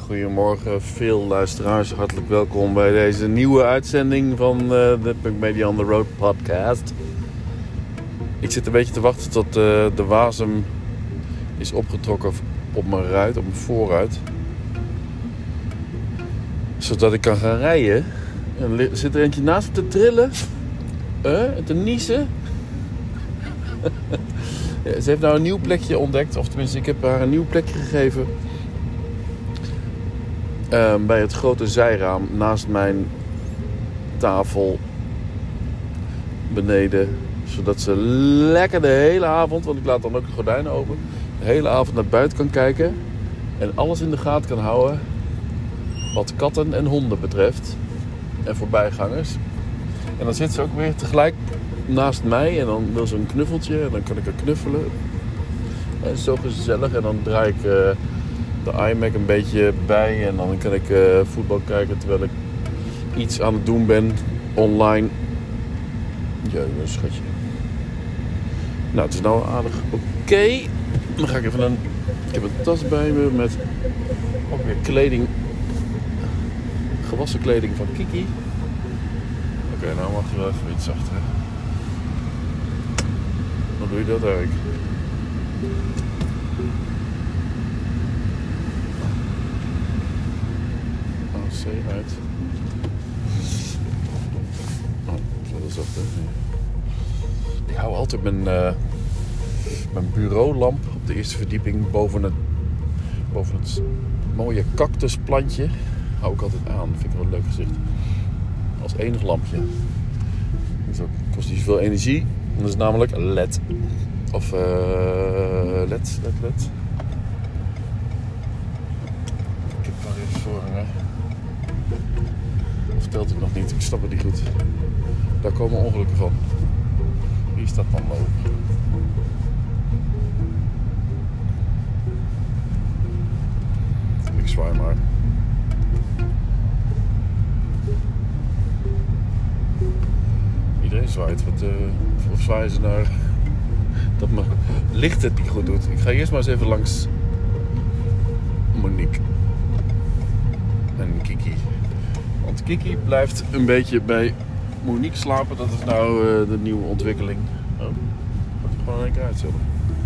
Goedemorgen, veel luisteraars. Hartelijk welkom bij deze nieuwe uitzending van de Punk Media on the Road podcast. Ik zit een beetje te wachten tot de wasem is opgetrokken op mijn ruit, op mijn voorruit. Zodat ik kan gaan rijden. En er zit er eentje naast me te trillen. Te niezen. Ja, ze heeft nou een nieuw plekje ontdekt. Of tenminste, ik heb haar een nieuw plekje gegeven. Bij het grote zijraam naast mijn tafel beneden. Zodat ze lekker de hele avond, want ik laat dan ook de gordijnen open, de hele avond naar buiten kan kijken. En alles in de gaten kan houden wat katten en honden betreft. En voorbijgangers. En dan zit ze ook weer tegelijk naast mij. En dan wil ze een knuffeltje. En dan kan ik haar knuffelen. En zo gezellig. En dan draai ik de iMac een beetje bij. En dan kan ik voetbal kijken terwijl ik iets aan het doen ben online. Jee, schatje. Nou, het is nou aardig oké. Dan ga ik even ik heb een tas bij me met ook weer kleding. Gewassen kleding van Kiki. Oké, nou mag je wel even iets zachter. Hoe doe je dat eigenlijk? C uit. Oh, zo is dat. Ik hou altijd mijn bureaulamp op de eerste verdieping boven het mooie cactusplantje. Hou ik altijd aan. Vind ik wel een leuk gezicht. Als enig lampje. Dat kost niet zoveel energie. Dat is namelijk LED. Of LED. Ik heb het wel even voorhangen. Of telt het nog niet? Ik snap het niet goed. Daar komen ongelukken van. Wie is dat dan lopen? Ik zwaai maar. Iedereen zwaait. Of zwaaien ze naar dat mijn licht het niet goed doet. Ik ga eerst maar eens even langs Monique en Kiki. Want Kiki blijft een beetje bij Monique slapen. Dat is nou de nieuwe ontwikkeling. Oh, gaat er gewoon in één keer uitzetten.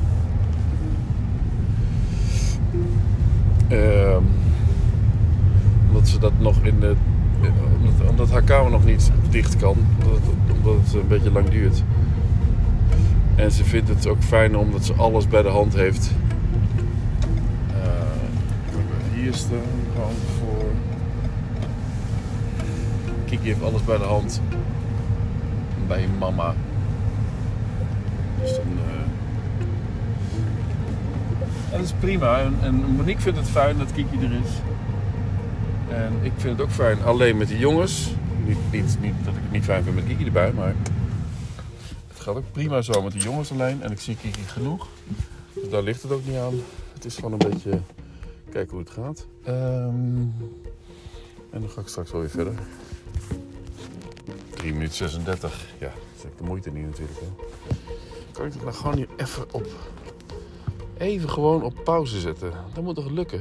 Omdat ze dat nog omdat haar kamer nog niet dicht kan. Omdat het een beetje lang duurt. En ze vindt het ook fijn omdat ze alles bij de hand heeft. Hier staan gewoon voor. Kiki heeft alles bij de hand. Bij mama. Dus dan, en dat is prima. En Monique vindt het fijn dat Kiki er is. En ik vind het ook fijn alleen met de jongens. Niet dat ik het niet fijn vind met Kiki erbij, maar het gaat ook prima zo met de jongens alleen. En ik zie Kiki genoeg. Dus daar ligt het ook niet aan. Het is gewoon een beetje kijken hoe het gaat. En dan ga ik straks wel weer verder. 3 minuten 36. Ja, dat is de moeite niet natuurlijk. Hè. Kan ik het nou gewoon hier even gewoon op pauze zetten? Dat moet toch lukken?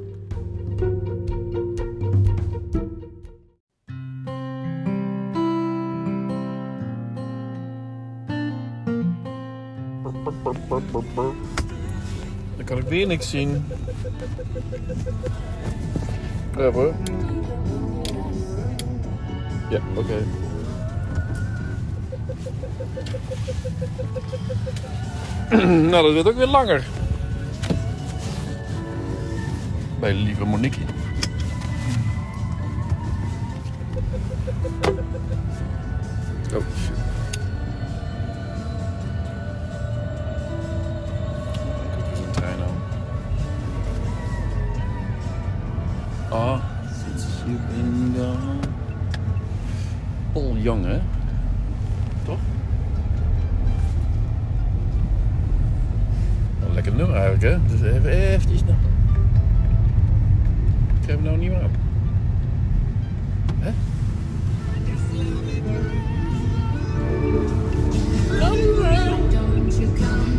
Dan kan ik weer niks zien. Ja hoor. Ja, oké. Nou, dat wordt ook weer langer. Bij de lieve Monique. Oh shit. Since you've been gone. Paul Young, hè? Toch? Een lekker nummer eigenlijk, hè? Dus even eventjes nog. Ik heb hem nou niet meer op. Hè?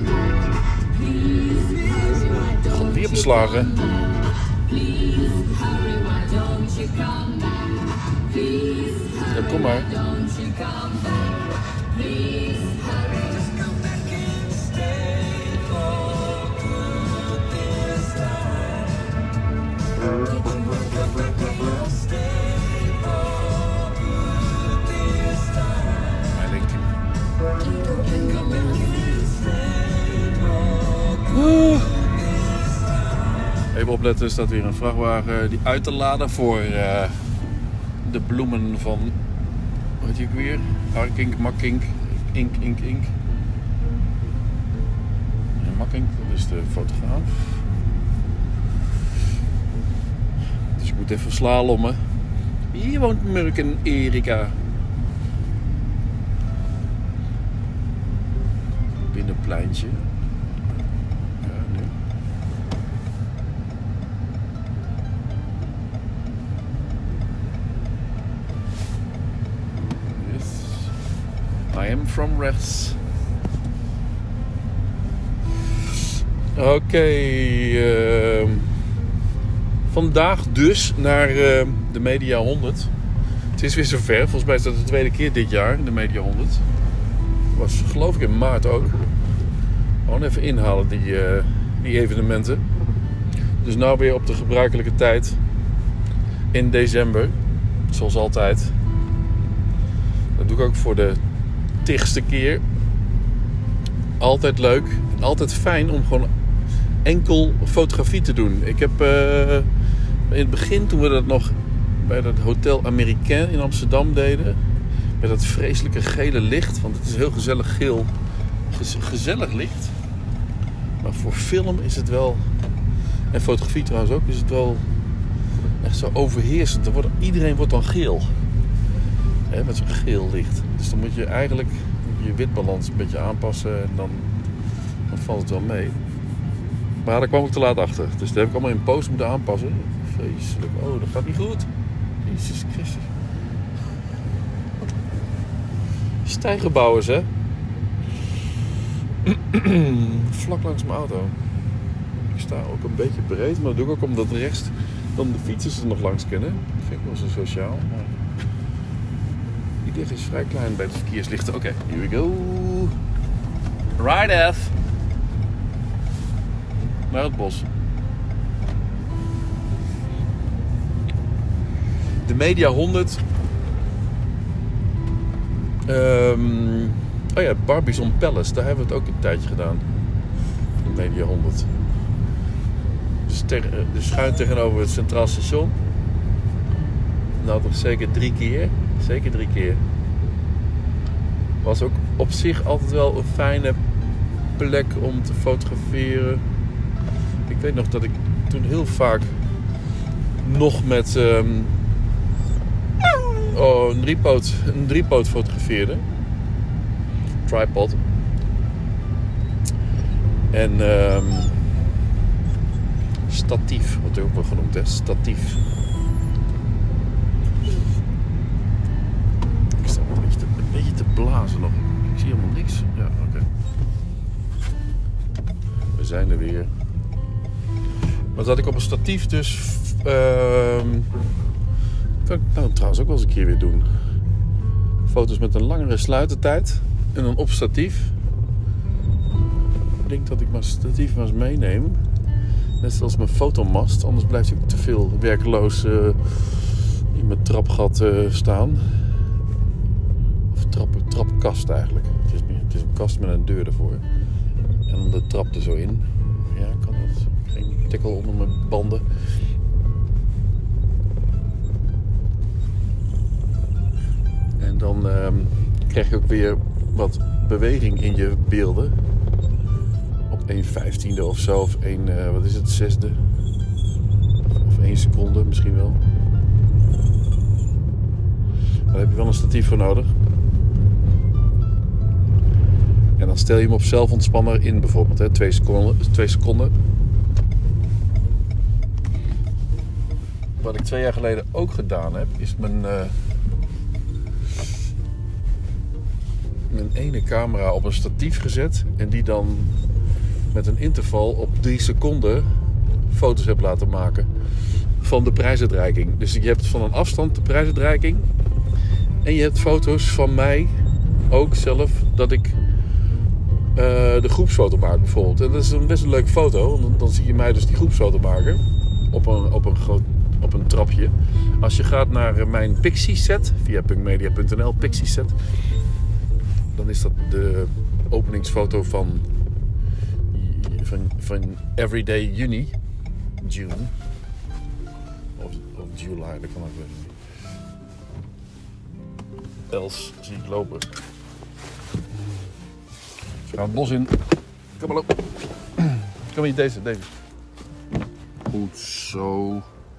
God, weer beslagen. Kom maar. Even opletten, er staat weer een vrachtwagen die uit te laden voor de bloemen van, hoe heet die ook weer? Arkink, Makkink, Ink. En Makkink, dat is de fotograaf. Dus ik moet even slalommen. Hier woont Murk en Erika. Binnenpleintje. I am from Rechts. Oké. Vandaag dus naar de Media 100. Het is weer zover. Volgens mij is dat de tweede keer dit jaar, de Media 100. Was geloof ik in maart ook. Gewoon even inhalen die evenementen. Dus nou weer op de gebruikelijke tijd. In december. Zoals altijd. Dat doe ik ook voor de 80ste keer. Altijd leuk. En altijd fijn om gewoon enkel fotografie te doen. Ik heb in het begin, toen we dat nog bij dat Hotel Américain in Amsterdam deden, met dat vreselijke gele licht, want het is heel gezellig geel, gezellig licht. Maar voor film is het wel, en fotografie trouwens ook, is het wel echt zo overheersend. Iedereen wordt dan geel. Hè, met zo'n geel licht. Dus dan moet je eigenlijk je witbalans een beetje aanpassen en dan valt het wel mee. Maar daar kwam ik te laat achter. Dus dat heb ik allemaal in post moeten aanpassen. Vreselijk. Oh, dat gaat niet goed. Jezus Christus. Stijgerbouwers, hè? Vlak langs mijn auto. Ik sta ook een beetje breed, maar dat doe ik ook omdat rechts dan de fietsers er nog langs kunnen. Dat vind ik wel zo sociaal. Maar die licht is vrij klein bij de verkeerslichten. Oké, here we go. Right off. Naar het bos. De Media 100. Oh ja, Barbizon Palace. Daar hebben we het ook een tijdje gedaan. De Media 100. Dus schuin tegenover het Centraal Station. Nou, toch zeker 3 keer. Zeker 3 keer. Was ook op zich altijd wel een fijne plek om te fotograferen. Ik weet nog dat ik toen heel vaak nog met een driepoot fotografeerde. Tripod. En statief, wat ook wel genoemd is. Statief. Ik sta wel een beetje te blazen nog. Ik zie helemaal niks. Ja, oké. We zijn er weer. Maar dat ik op een statief dus... kan ik nou trouwens ook wel eens een keer weer doen. Foto's met een langere sluitertijd. En dan op statief. Ik denk dat ik mijn statief maar eens meeneem. Net zoals mijn fotomast. Anders blijft ik te veel werkeloos in mijn trapgat staan. Of trapkast eigenlijk. Het is een kast met een deur ervoor. En dan de trap er zo in. Ja, kan dat. Geen tikkel onder mijn banden. En dan krijg je ook weer wat beweging in je beelden. Op 1/15 of zo. Of 1/6. Of 1 seconde misschien wel. Daar heb je wel een statief voor nodig. En dan stel je hem op zelfontspanner in bijvoorbeeld. Hè, 2 seconden. Wat ik 2 jaar geleden ook gedaan heb, is mijn ene camera op een statief gezet. En die dan met een interval op 3 seconden foto's heb laten maken van de prijsuitreiking. Dus je hebt van een afstand de prijsuitreiking. En je hebt foto's van mij ook zelf, dat ik de groepsfoto maak bijvoorbeeld. En dat is best een leuke foto. Want dan zie je mij dus die groepsfoto maken. Op een trapje. Als je gaat naar mijn Pixie set, via punkmedia.nl, Pixie set. Dan is dat de openingsfoto van Everyday June. Of July, dat kan ook wel niet. Els zie ik lopen. We gaan het bos in. Kom maar lopen. Kom hier, deze. Goed zo.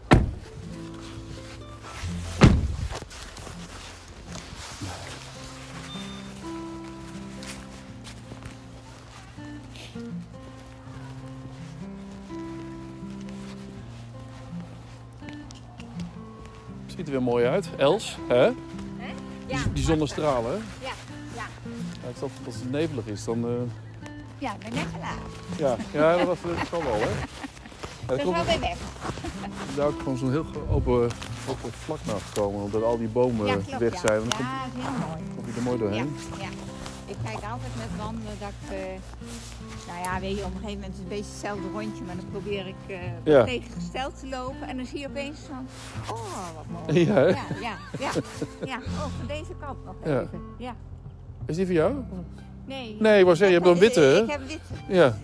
Ziet er weer mooi uit. Els, hè? Ja, die zonnestralen, hè? Ja. Als het nevelig is, dan... Ja, ik ben net gelaten. Ja, dat zal wel, hè? Dat is wel weer weg. Er zou ook gewoon zo'n heel open vlak naar gekomen, omdat al die bomen klopt, weg zijn. Ja, dat is heel mooi. Kom je er mooi doorheen. Ja. Ik kijk altijd met wandelen dat ik... nou ja, weet je, op een gegeven moment is het een beetje hetzelfde rondje, maar dan probeer ik tegengesteld te lopen. En dan zie je opeens van, oh, wat mooi. Ja, hè? Ja. Oh, van deze kant nog even. Ja. Is die voor jou? Nee. Nee, ik wou zeggen, je hebt een witte, hè? Ik heb een witte. Ja.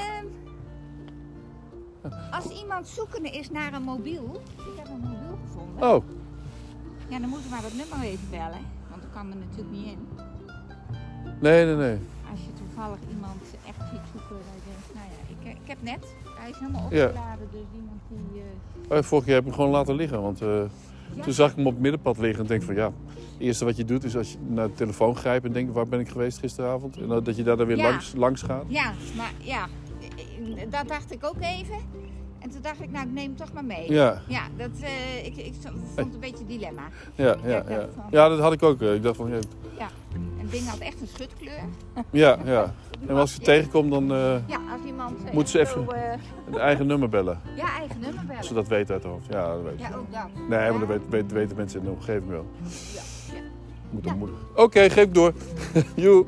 Als iemand zoekende is naar een mobiel, ik heb een mobiel gevonden. Oh. Ja, dan moeten we maar dat nummer even bellen, want dat kan er natuurlijk niet in. Nee. Als je toevallig iemand echt ziet zoeken, dan denk je, nou ja, ik heb net, hij is helemaal opgeladen, dus iemand die... Vorige keer heb ik hem gewoon laten liggen, want toen zag ik hem op het middenpad liggen en denk van ja, het eerste wat je doet is als je naar de telefoon grijpt en denkt waar ben ik geweest gisteravond? En dat je daar dan weer langs gaat. Ja, maar dat dacht ik ook even. En toen dacht ik, nou ik neem hem toch maar mee. Ja, ik vond het een beetje een dilemma. Ja, dat had ik ook. Ik dacht van en het ding had echt een schutkleur. Ja. En als je tegenkomt, dan als iemand moet ze even het eigen nummer bellen. Ja, eigen nummer bellen. Als ze dat weten uit de hoofd. Ja, dat weet Ja, ook dat. Nee, maar dat weten mensen in de omgeving wel. Ja. Moet een moeder. Oké, geef door. Joe.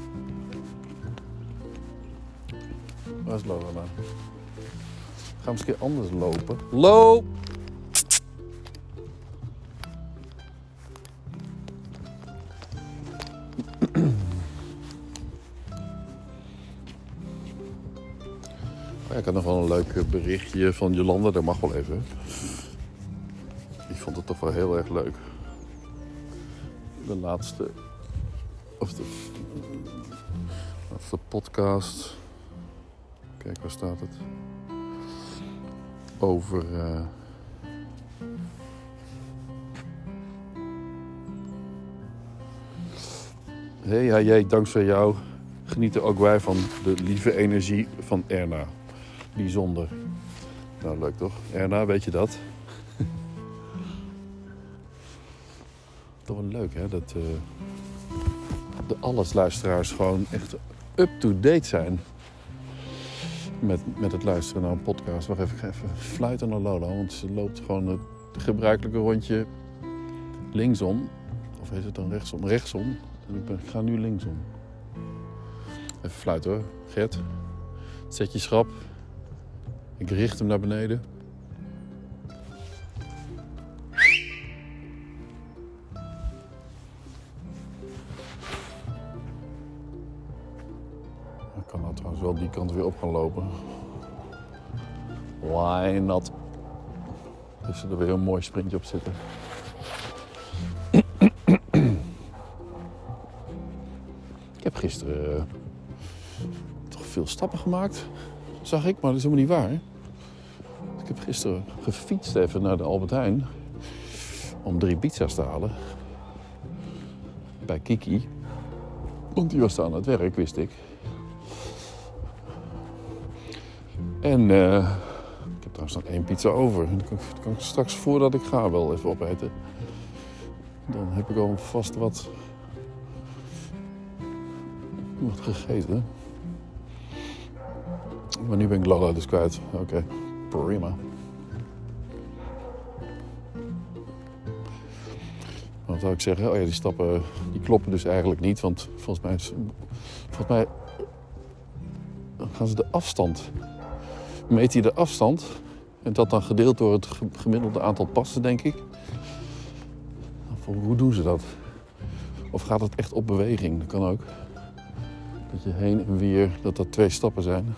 Waar is Lola nou? Gaan we eens een keer anders lopen. Loop! Ik had nog wel een leuk berichtje van Jolanda. Dat mag wel even. Die vond het toch wel heel erg leuk. De laatste... Of de podcast... Kijk, waar staat het? Over... Hey, dankzij jou genieten ook wij van de lieve energie van Erna. Bijzonder. Nou, leuk toch? Erna, weet je dat? Toch wel leuk, hè? Dat de allesluisteraars gewoon echt up-to-date zijn. Met het luisteren naar een podcast. Wacht even, ik ga even fluiten naar Lola. Want ze loopt gewoon het gebruikelijke rondje linksom. Of heet het dan rechtsom? Rechtsom. En ik ga nu linksom. Even fluiten hoor. Gert. Zet je schrap. Ik richt hem naar beneden. Ik kan nou trouwens wel die kant weer op gaan lopen. Why not? Dus er weer een mooi sprintje op zitten. Ik heb gisteren toch veel stappen gemaakt. Zag ik, maar dat is helemaal niet waar. Ik heb gisteren gefietst even naar de Albert Heijn. Om 3 pizza's te halen. Bij Kiki. Want die was aan het werk, wist ik. En ik heb trouwens nog 1 pizza over. Die kan ik straks voordat ik ga wel even opeten. Dan heb ik al vast wat gegeten. Maar nu ben ik Lola dus kwijt. Oké, prima. Want Wat zou ik zeggen? Oh ja, die stappen die kloppen dus eigenlijk niet. Want volgens mij gaan ze de afstand. Meet hij de afstand. En dat dan gedeeld door het gemiddelde aantal passen, denk ik. Hoe doen ze dat? Of gaat het echt op beweging? Dat kan ook. Dat je heen en weer, dat 2 stappen zijn.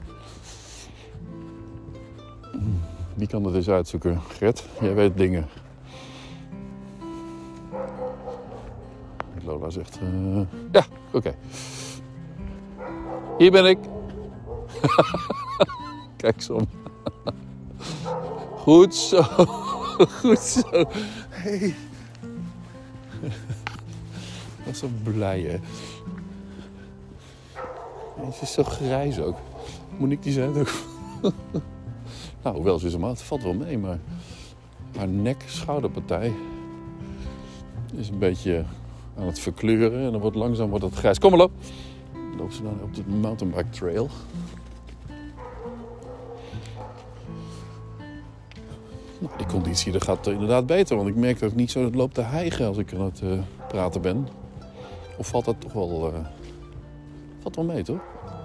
Wie kan dat eens uitzoeken? Gert, jij weet dingen. Lola zegt... ja, oké. Hier ben ik. Kijk eens om. Goed zo. Goed zo. Hey. Dat is zo blij, hè. Ze is zo grijs ook. Monique die zei het ook. Nou, hoewel ze is maar het valt wel mee, maar haar nek-schouderpartij is een beetje aan het verkleuren en dan langzaam wordt het grijs. Kom maar, loop! Dan loopt ze dan op de mountainbike trail. Nou, die conditie dat gaat inderdaad beter, want ik merk dat ik niet zo loop te hijgen als ik aan het praten ben. Of valt dat toch wel... valt wel mee, toch?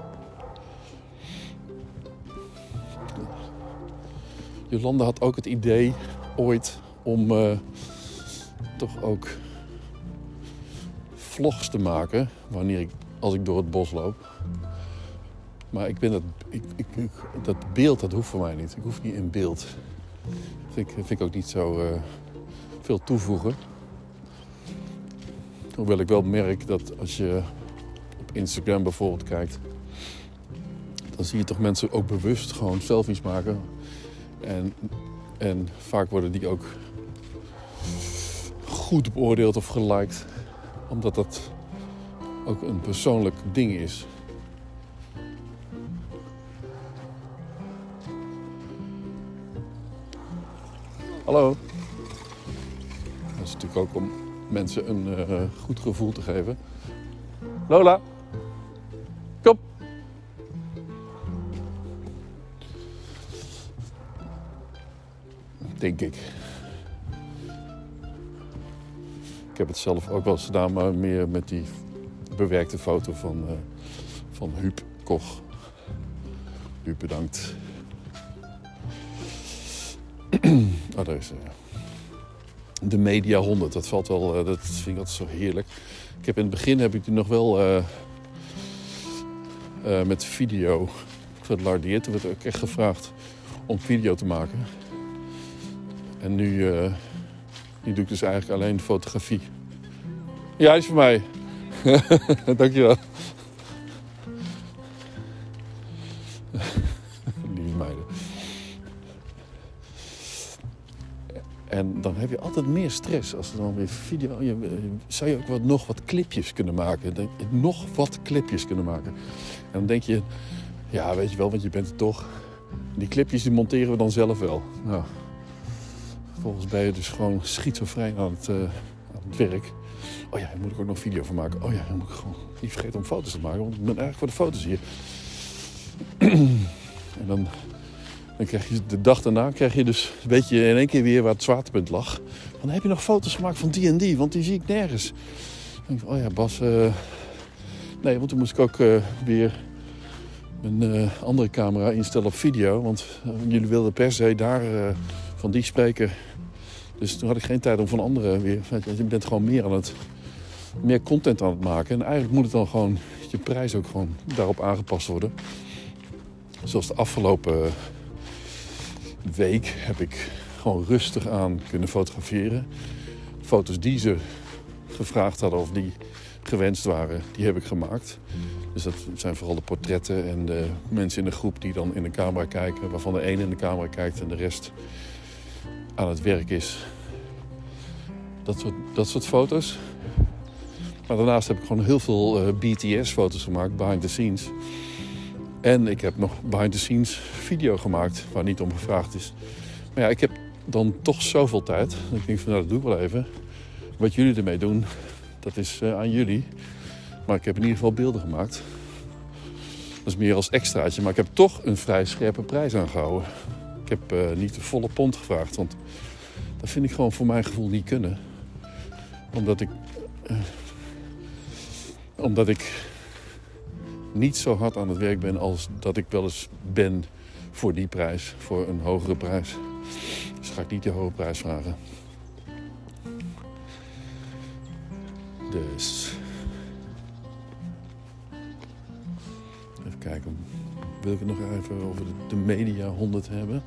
Jolanda had ook het idee ooit om toch ook vlogs te maken als ik door het bos loop. Maar ik ben dat beeld, dat hoeft voor mij niet. Ik hoef niet in beeld. Vind ik ook niet zo veel toevoegen. Hoewel ik wel merk dat als je op Instagram bijvoorbeeld kijkt, dan zie je toch mensen ook bewust gewoon selfies maken. En vaak worden die ook goed beoordeeld of geliked. Omdat dat ook een persoonlijk ding is. Hallo. Dat is natuurlijk ook om mensen een goed gevoel te geven. Lola. Kom. Denk ik. Ik heb het zelf ook wel eens gedaan, maar meer met die bewerkte foto van Huub Koch. Huub, bedankt. Oh, daar is de Media 100. Dat valt wel, dat vind ik altijd zo heerlijk. In het begin heb ik die nog wel met video gelardeerd. Toen werd ook echt gevraagd om video te maken. En nu doe ik dus eigenlijk alleen fotografie. Ja, is voor mij. Dankjewel. Lieve meiden. En dan heb je altijd meer stress als er dan weer video... Zou je ook nog wat clipjes kunnen maken? Nog wat clipjes kunnen maken. En dan denk je... Ja, weet je wel, want je bent er toch. Die clipjes die monteren we dan zelf wel. Nou, vervolgens ben je dus gewoon schizofreen aan het werk. Oh ja, daar moet ik ook nog video van maken. Oh ja, dan moet ik gewoon niet vergeten om foto's te maken. Want ik ben eigenlijk voor de foto's hier. En dan krijg je de dag daarna, dus, weet je in één keer weer waar het zwaartepunt lag. Dan heb je nog foto's gemaakt van die en die, want die zie ik nergens. Dan denk ik van, oh ja, Bas... Nee, want toen moest ik ook weer mijn andere camera instellen op video. Want jullie wilden per se daar van die spreken. Dus toen had ik geen tijd om van anderen weer... Je bent gewoon meer content aan het maken. En eigenlijk moet het dan gewoon, je prijs ook gewoon daarop aangepast worden. Zoals de afgelopen week heb ik gewoon rustig aan kunnen fotograferen. Foto's die ze gevraagd hadden of die gewenst waren, die heb ik gemaakt. Dus dat zijn vooral de portretten en de mensen in de groep die dan in de camera kijken. Waarvan de ene in de camera kijkt en de rest aan het werk is. Dat soort foto's. Maar daarnaast heb ik gewoon heel veel BTS-foto's gemaakt, behind the scenes. En ik heb nog behind the scenes video gemaakt, waar niet om gevraagd is. Maar ja, ik heb dan toch zoveel tijd. Dat ik denk van, nou, dat doe ik wel even. Wat jullie ermee doen, dat is aan jullie. Maar ik heb in ieder geval beelden gemaakt. Dat is meer als extraatje. Maar ik heb toch een vrij scherpe prijs aangehouden. Ik heb niet de volle pond gevraagd. Want dat vind ik gewoon voor mijn gevoel niet kunnen. Omdat ik niet zo hard aan het werk ben als dat ik wel eens ben voor die prijs, voor een hogere prijs. Dus ga ik niet die hoge prijs vragen. Dus even kijken. Wil ik het nog even over de Media 100 hebben?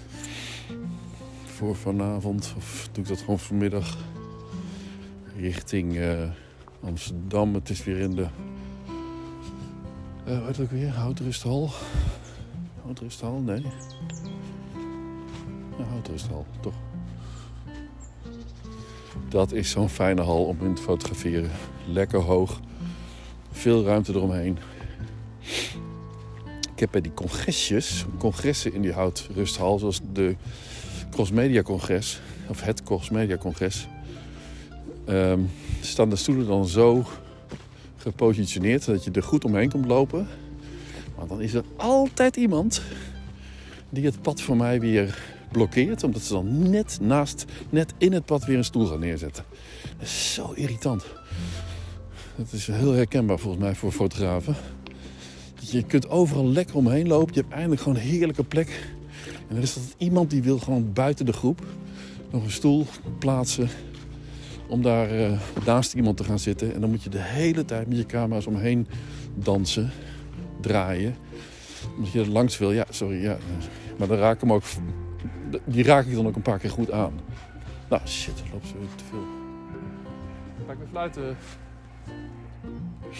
Voor vanavond, of doe ik dat gewoon vanmiddag richting Amsterdam. Het is weer in de wat ook weer? Houtrusthal? Houtrusthal? Nee. Ja, Houtrusthal, toch? Dat is zo'n fijne hal om in te fotograferen. Lekker hoog. Veel ruimte eromheen. Ik heb bij die congressen in die Houtrusthal, zoals de Crossmedia Congres, of het Crossmedia Congres, staan de stoelen dan zo gepositioneerd dat je er goed omheen kunt lopen. Maar dan is er altijd iemand die het pad voor mij weer blokkeert, omdat ze dan net in het pad weer een stoel gaan neerzetten. Dat is zo irritant. Dat is heel herkenbaar volgens mij voor fotografen. Je kunt overal lekker omheen lopen. Je hebt eindelijk gewoon een heerlijke plek. En er is altijd iemand die wil gewoon buiten de groep nog een stoel plaatsen om daar naast iemand te gaan zitten. En dan moet je de hele tijd met je camera's omheen dansen, draaien. Omdat je er langs wil. Ja, sorry. Ja. Maar dan die raak ik dan ook een paar keer goed aan. Nou, shit, dan loopt ze weer te veel. Ga ik weer fluiten. Het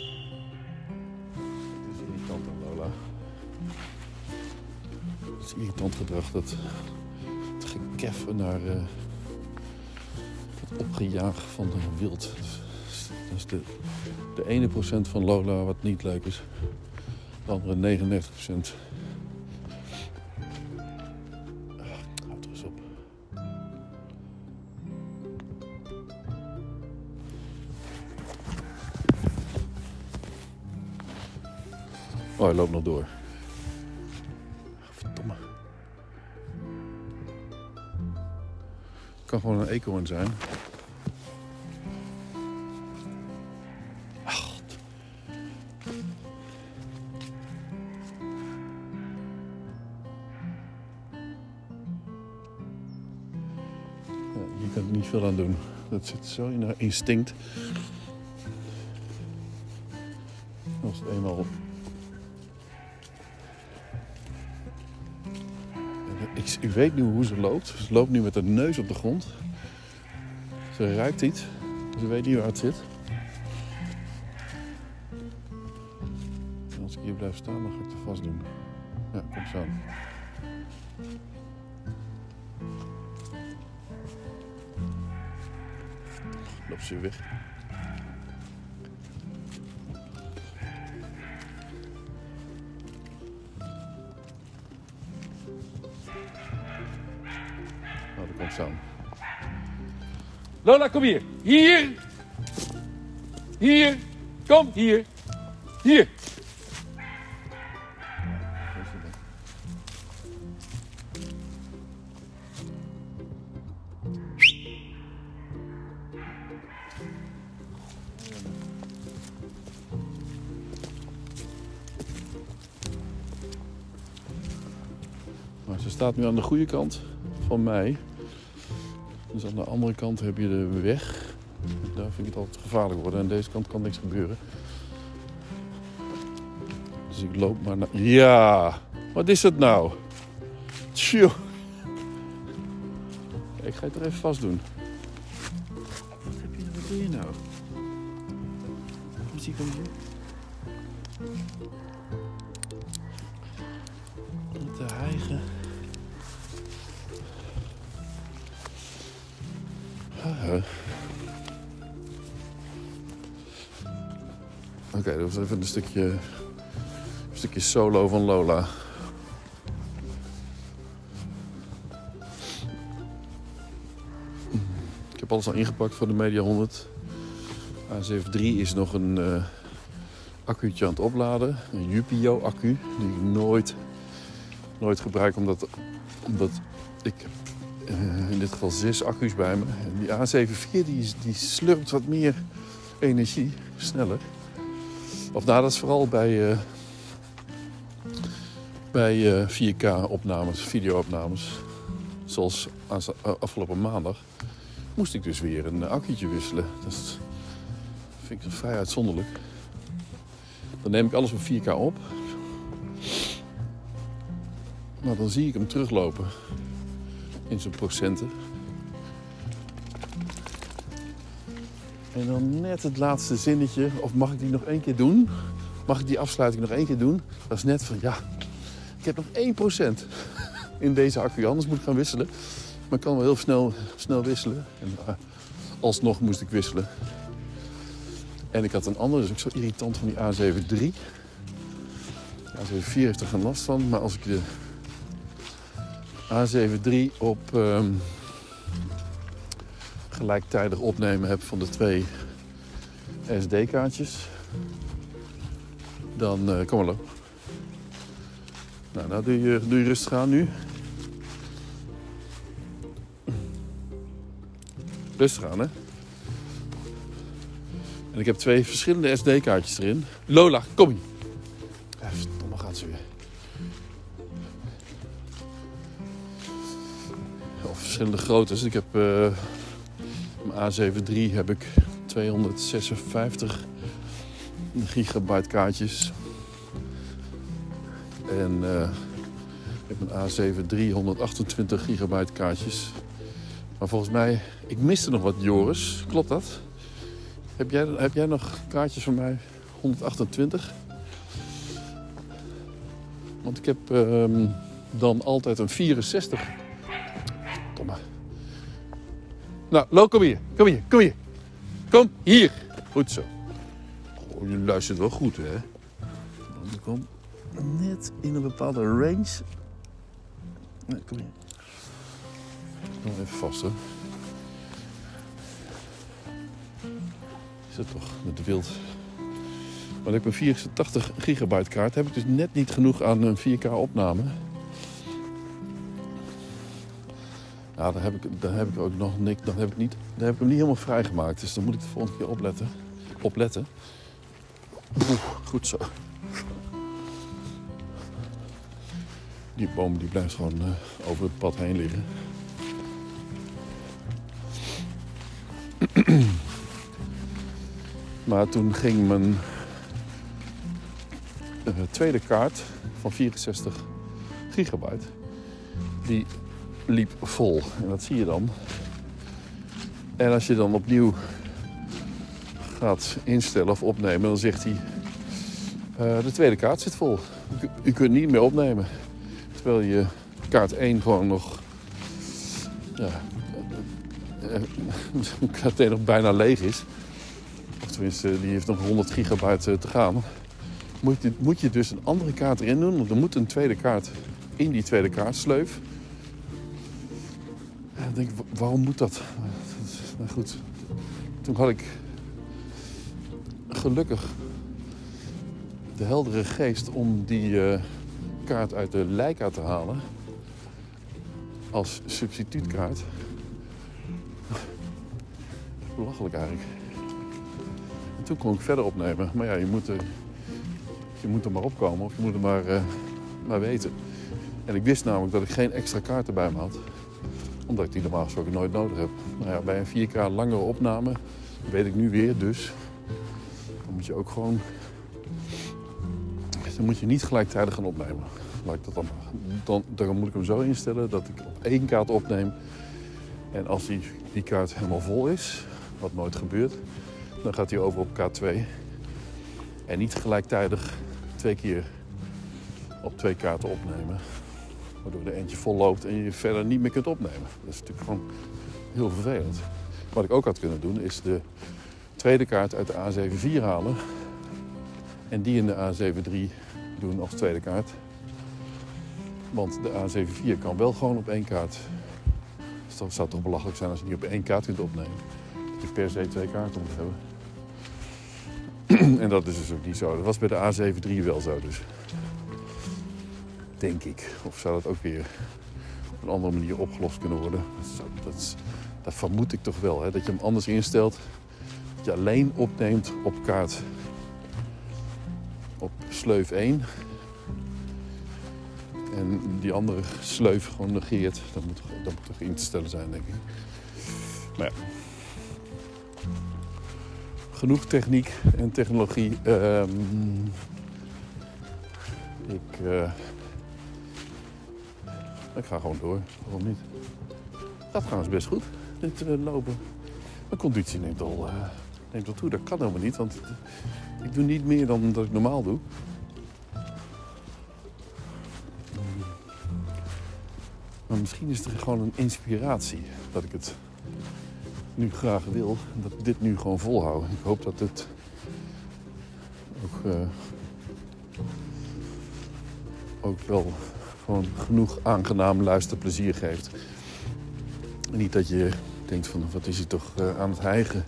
is irritant aan Lola. Het is irritant gedrag, dat het gekeffen naar het opgejaag van de wild. Dat is de ene procent van Lola wat niet leuk is. De andere 99%. Houd er eens op. Oh, hij loopt nog door. Verdomme. Het kan gewoon een eekhoorn zijn. Hier kan ik niet veel aan doen. Dat zit zo in haar instinct. Als het eenmaal... U weet nu hoe ze loopt. Ze loopt nu met haar neus op de grond. Ze ruikt iets. Ze weet niet waar het zit. En als ik hier blijf staan, dan ga ik het vast doen. Ja, kom zo. Loopt ze weer weg. Nou, dat komt zo. Lola, kom hier. Hier. Hier. Kom, hier. Hier. Maar ze staat nu aan de goede kant van mij. Dus aan de andere kant heb je de weg. Daar vind ik het altijd gevaarlijk worden. En aan deze kant kan niks gebeuren. Dus ik loop maar naar... Ja! Wat is het nou? Tjoe! Ik ga het er even vast doen. Wat doe je nou? Kom zie ik hem hier? Om te hijgen. Oké, dat was even een stukje solo van Lola. Ik heb alles al ingepakt voor de Media 100. A73 is nog een accu'tje aan het opladen. Een Jupio-accu die ik nooit gebruik omdat ik in dit geval 6 accu's bij me. En die A74 die slurpt wat meer energie, sneller. Of nou, dat is vooral bij 4K-opnames, video-opnames. Zoals afgelopen maandag moest ik dus weer een accu'tje wisselen. Dat vind ik vrij uitzonderlijk. Dan neem ik alles op 4K op. Maar dan zie ik hem teruglopen in zijn procenten. En dan net het laatste zinnetje. Of mag ik die nog 1 keer doen? Mag ik die afsluiting nog 1 keer doen? Dat is net van ja, ik heb nog 1% in deze accu. Anders moet ik gaan wisselen. Maar ik kan wel heel snel wisselen. En alsnog moest ik wisselen. En ik had een andere, dus ook zo irritant van die A73. De A74 heeft er geen last van. Maar als ik de A73 op gelijktijdig opnemen heb van de 2 SD-kaartjes, dan kom maar op. Nou doe je rustig aan nu. Rustig aan, hè. En ik heb 2 verschillende SD-kaartjes erin. Lola, kom hier. Verdomme, gaat ze weer. Of verschillende groottes. Ik heb mijn A73 heb ik 256 gigabyte kaartjes. En ik heb mijn A73 128 gigabyte kaartjes. Maar volgens mij, ik miste nog wat, Joris. Klopt dat? Heb jij nog kaartjes van mij? 128? Want ik heb dan altijd een 64. Domme. Nou, Lo, kom hier. Kom hier. Goed zo. Oh, je luistert wel goed, hè? Want ik kom net in een bepaalde range. Nee, kom hier. Nog even vast, hoor. Is dat toch met de wild. Maar ik heb een 84 gigabyte kaart. Heb ik dus net niet genoeg aan een 4K opname. Ja, daar heb ik ook nog niks. Daar heb ik hem niet helemaal vrijgemaakt. Dus dan moet ik de volgende keer opletten. Goed zo. Die boom die blijft gewoon over het pad heen liggen. Maar toen ging mijn tweede kaart van 64 gigabyte, die liep vol. En dat zie je dan. En als je dan opnieuw gaat instellen of opnemen, dan zegt hij, de tweede kaart zit vol. U kunt niet meer opnemen. Terwijl je kaart 1 gewoon nog, kaart 1 nog bijna leeg is. Of tenminste, die heeft nog 100 gigabyte te gaan. Moet je dus een andere kaart erin doen. Want er moet een tweede kaart in die tweede kaartsleuf. En dan denk ik, waarom moet dat? Nou goed, toen had ik gelukkig de heldere geest om die kaart uit de Leica te halen. Als substituutkaart. Belachelijk eigenlijk. En toen kon ik verder opnemen. Maar ja, je moet er maar opkomen of je moet er maar weten. En ik wist namelijk dat ik geen extra kaarten bij me had. Omdat ik die normaal gesproken nooit nodig heb. Nou ja, bij een 4K langere opname, weet ik nu weer dus. Dan moet je ook gewoon... Dan moet je niet gelijktijdig gaan opnemen. Laat ik dat dan moet ik hem zo instellen dat ik op 1 kaart opneem. En als die kaart helemaal vol is, wat nooit gebeurt, dan gaat hij over op kaart 2. En niet gelijktijdig 2 keer op 2 kaarten opnemen. Waardoor er eentje vol loopt en je verder niet meer kunt opnemen. Dat is natuurlijk gewoon heel vervelend. Wat ik ook had kunnen doen is de tweede kaart uit de A74 halen. En die in de A73 doen als tweede kaart. Want de A74 kan wel gewoon op 1 kaart. Dus dat zou toch belachelijk zijn als je niet op 1 kaart kunt opnemen. Dat je per se 2 kaarten moet hebben. En dat is dus ook niet zo. Dat was bij de A73 wel zo dus. Denk ik. Of zou dat ook weer op een andere manier opgelost kunnen worden. Dat vermoed ik toch wel. Hè? Dat je hem anders instelt. Dat je alleen opneemt op kaart. Op sleuf 1. En die andere sleuf gewoon negeert. Dat moet toch in te stellen zijn, denk ik. Maar ja. Genoeg techniek en technologie. Ik ga gewoon door. Waarom niet? Dat gaat best goed, dit lopen. Mijn conditie neemt al toe. Dat kan helemaal niet, want ik doe niet meer dan dat ik normaal doe. Maar misschien is er gewoon een inspiratie dat ik het nu graag wil. En dat ik dit nu gewoon volhoud. Ik hoop dat het ook wel gewoon genoeg aangenaam luisterplezier geeft. En niet dat je denkt van, wat is hij toch aan het hijgen.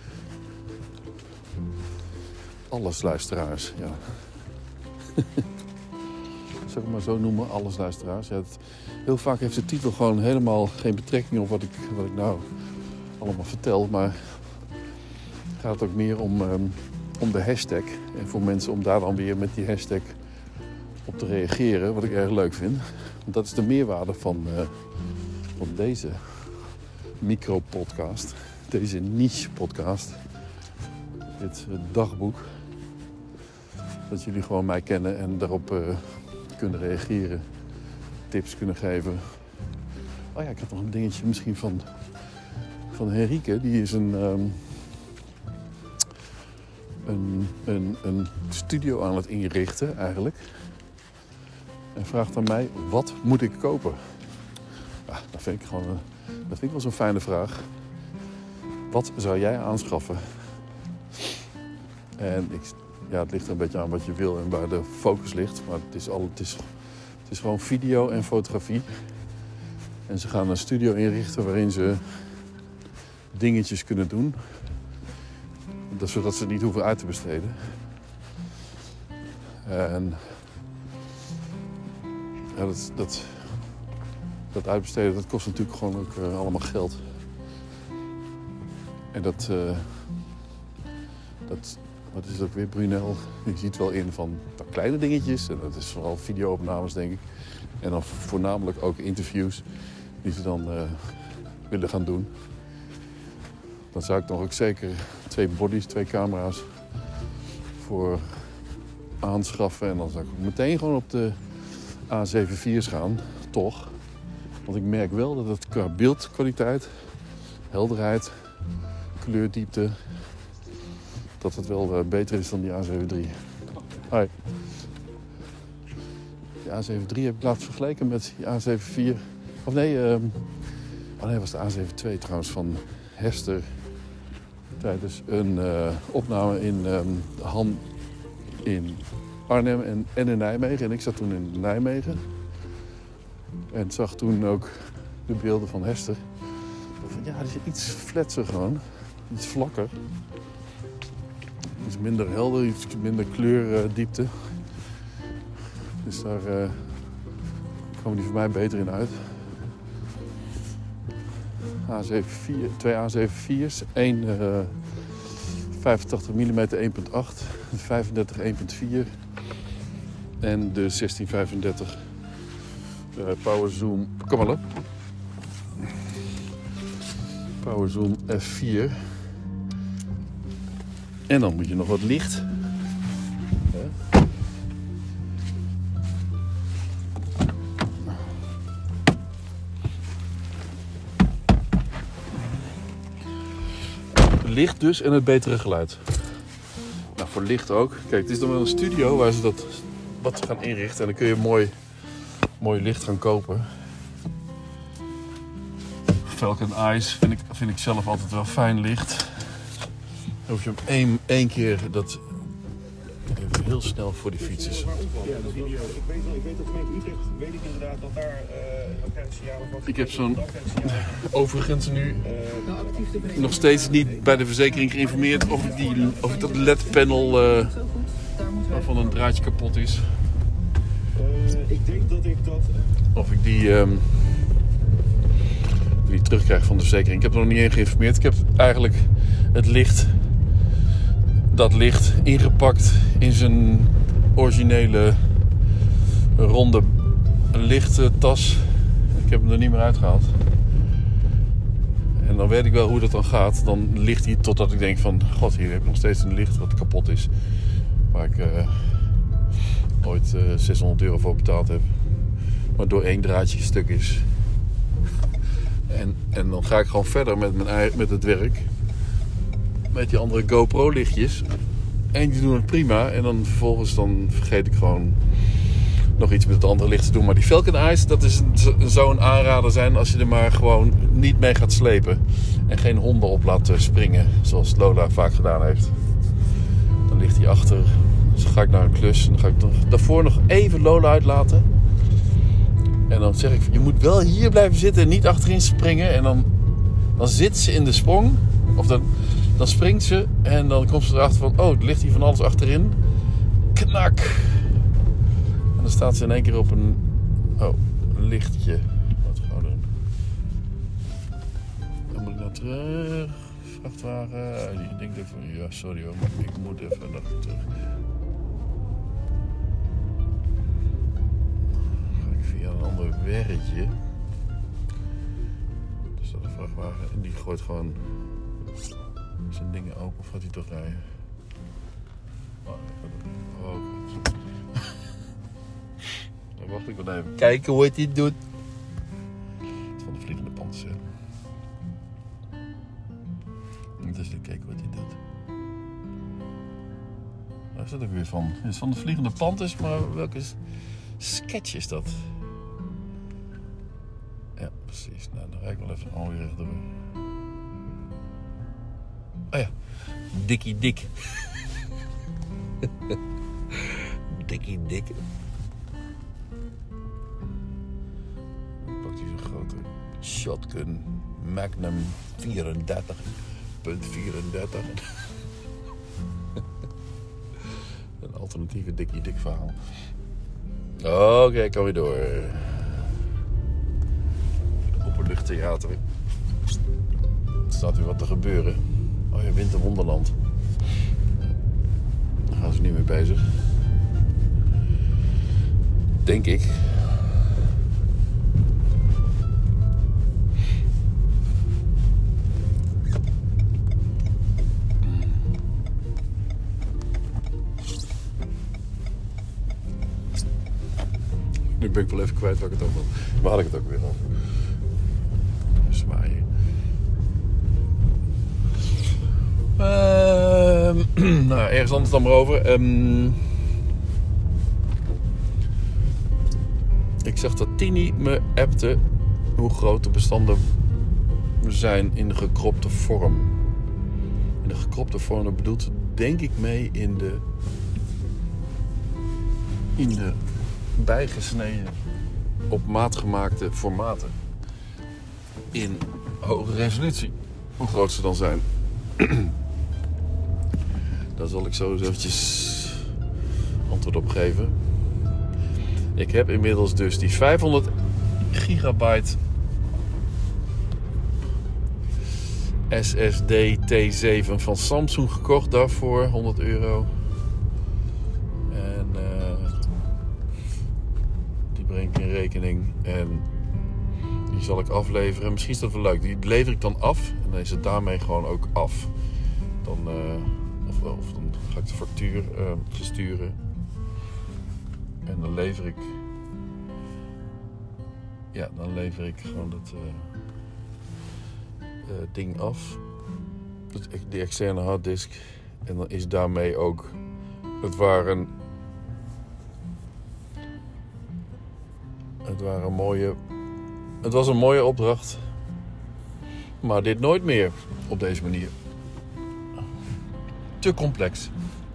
Alles luisteraars, ja. Zeg maar zo noemen, alles luisteraars. Ja, heel vaak heeft de titel gewoon helemaal geen betrekking op wat ik nou allemaal vertel. Maar het gaat ook meer om de hashtag. En voor mensen om daar dan weer met die hashtag op te reageren. Wat ik erg leuk vind. Want dat is de meerwaarde van deze micro-podcast. Deze niche-podcast. Dit dagboek. Dat jullie gewoon mij kennen en daarop kunnen reageren. Tips kunnen geven. Oh ja, ik had nog een dingetje misschien van Henrike. Die is een studio aan het inrichten eigenlijk. En vraagt aan mij, wat moet ik kopen? Ja, dat vind ik wel zo'n fijne vraag. Wat zou jij aanschaffen? En het ligt er een beetje aan wat je wil en waar de focus ligt. Maar het is gewoon video en fotografie. En ze gaan een studio inrichten waarin ze dingetjes kunnen doen. Zodat ze het niet hoeven uit te besteden. En ja, dat uitbesteden, dat kost natuurlijk gewoon ook allemaal geld. En wat is het ook weer, Brunel? Je ziet wel in van kleine dingetjes. En dat is vooral video-opnames, denk ik. En dan voornamelijk ook interviews die ze dan willen gaan doen. Dan zou ik nog ook zeker 2 bodies, 2 camera's voor aanschaffen. En dan zou ik meteen gewoon op de A7 IV's gaan, toch. Want ik merk wel dat het qua beeldkwaliteit, helderheid, kleurdiepte, dat het wel beter is dan die A7 III. Hoi. Die A7 III heb ik laatst vergeleken met die A7 IV. Of nee, was de A7 II trouwens van Hester. Tijdens een opname in Han in Arnhem en in Nijmegen. En ik zat toen in Nijmegen. En zag toen ook de beelden van Hester. Ja, die is iets fletser gewoon. Iets vlakker. Iets minder helder, iets minder kleurdiepte. Dus daar komen die voor mij beter in uit. Twee A7 IV's. 1 85 mm 1.8. 35 1.4. En de 1635 Power Zoom. Kom maar op. Power Zoom F4. En dan moet je nog wat licht. Licht dus en het betere geluid. Nou, voor licht ook. Kijk, het is dan wel een studio waar ze wat gaan inrichten. En dan kun je mooi licht gaan kopen. Falcon Eyes vind ik zelf altijd wel fijn licht. Dan hoef je hem één keer dat even heel snel voor die fietsers. Ja, de video. Ik weet dat gemeente Utrecht, weet ik inderdaad dat daar signalen van. Ik heb zo'n overigens nu nog steeds niet bij de verzekering geïnformeerd of ik dat LED-panel waarvan een draadje kapot is. Ik denk dat ik dat. Of ik die die terugkrijg van de verzekering. Ik heb er nog niet in geïnformeerd. Ik heb eigenlijk dat licht ingepakt in zijn originele ronde lichttas. Ik heb hem er niet meer uitgehaald. En dan weet ik wel hoe dat dan gaat. Dan ligt hij totdat ik denk van... God, hier heb ik nog steeds een licht wat kapot is. Waar ik ooit €600 voor betaald heb. Maar door 1 draadje stuk is. En dan ga ik gewoon verder met het werk. Met die andere GoPro lichtjes. En die doen het prima. En dan vervolgens vergeet ik gewoon nog iets met het andere licht te doen. Maar die Falcon Eyes, dat zou een aanrader zijn als je er maar gewoon niet mee gaat slepen. En geen honden op laat springen. Zoals Lola vaak gedaan heeft. Dan ligt hij achter. Dus dan ga ik naar een klus. En dan ga ik daarvoor nog even Lola uitlaten. En dan zeg ik, je moet wel hier blijven zitten en niet achterin springen. En dan zit ze in de sprong. Of dan springt ze en dan komt ze erachter van... Oh, er ligt hier van alles achterin. Knak! En dan staat ze in één keer op een lichtje. Wat gewoon doen. Dan moet ik naar terug. Vrachtwagen. Ik denk even... Ja, sorry hoor, maar ik moet even naar terug. Via een ander werkje. Er staat een vrachtwagen en die gooit gewoon zijn dingen open. Of gaat hij toch rijden? Dan wacht ik wel even. Kijken hoe hij het doet. Het is van de Vliegende Panthers. Dus ik kijk wat hij doet. Waar is dat ook weer van? Het is van de Vliegende Panthers, maar welke sketch is dat? Ja, precies. Nou, dan rijd ik wel even alweer rechtdoor. Oh ja, Dikkie Dik. Dikkie Dik. Dan pakt hij zo'n grote shotgun Magnum 34.34. Een alternatieve Dikkie Dik verhaal. Oké, ik kan weer door. Openluchttheater. Er staat weer wat te gebeuren. Oh ja, Winterwonderland. Daar gaan ze niet mee bezig. Denk ik. Nu ben ik wel even kwijt waar ik het over had. Waar had ik het ook weer over? Zwaaien. Nou, ergens anders dan maar over. Ik zag dat Tini me appte hoe groot de bestanden zijn in de gekropte vorm. In de gekropte vorm, dat bedoelt ze denk ik mee in de bijgesneden, op maat gemaakte formaten. In hoge resolutie. Hoe groot ze dan zijn. Daar zal ik zo eens eventjes antwoord op geven. Ik heb inmiddels dus die 500 gigabyte SSD T7 van Samsung gekocht. Daarvoor €100. En die breng ik in rekening. En die zal ik afleveren. Misschien is dat wel leuk. Die lever ik dan af. En dan is het daarmee gewoon ook af. Dan, of dan ga ik de factuur versturen. En dan lever ik... Ja, dan lever ik gewoon dat ding af. De externe harddisk. En dan is daarmee ook... Het was een mooie opdracht. Maar dit nooit meer op deze manier. Te complex.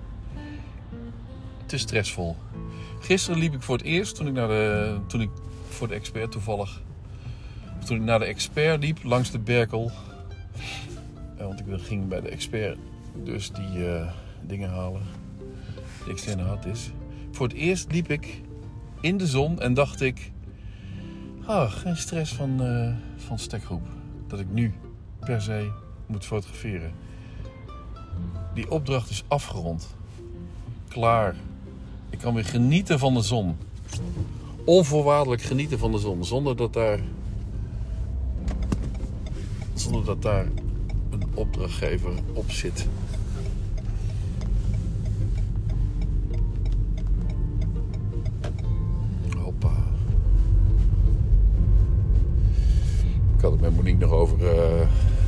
Te stressvol. Gisteren liep ik voor het eerst, toen ik voor de expert toevallig... Toen ik naar de expert liep, langs de Berkel. Want ik ging bij de expert dus die dingen halen. De externe harddisk. Voor het eerst liep ik in de zon en dacht ik... geen stress van stekgroep. dat ik nu per se moet fotograferen. Die opdracht is afgerond. Klaar. Ik kan weer genieten van de zon. Onvoorwaardelijk genieten van de zon. Zonder dat daar een opdrachtgever op zit. Hoppa. Ik had het met Monique nog over... We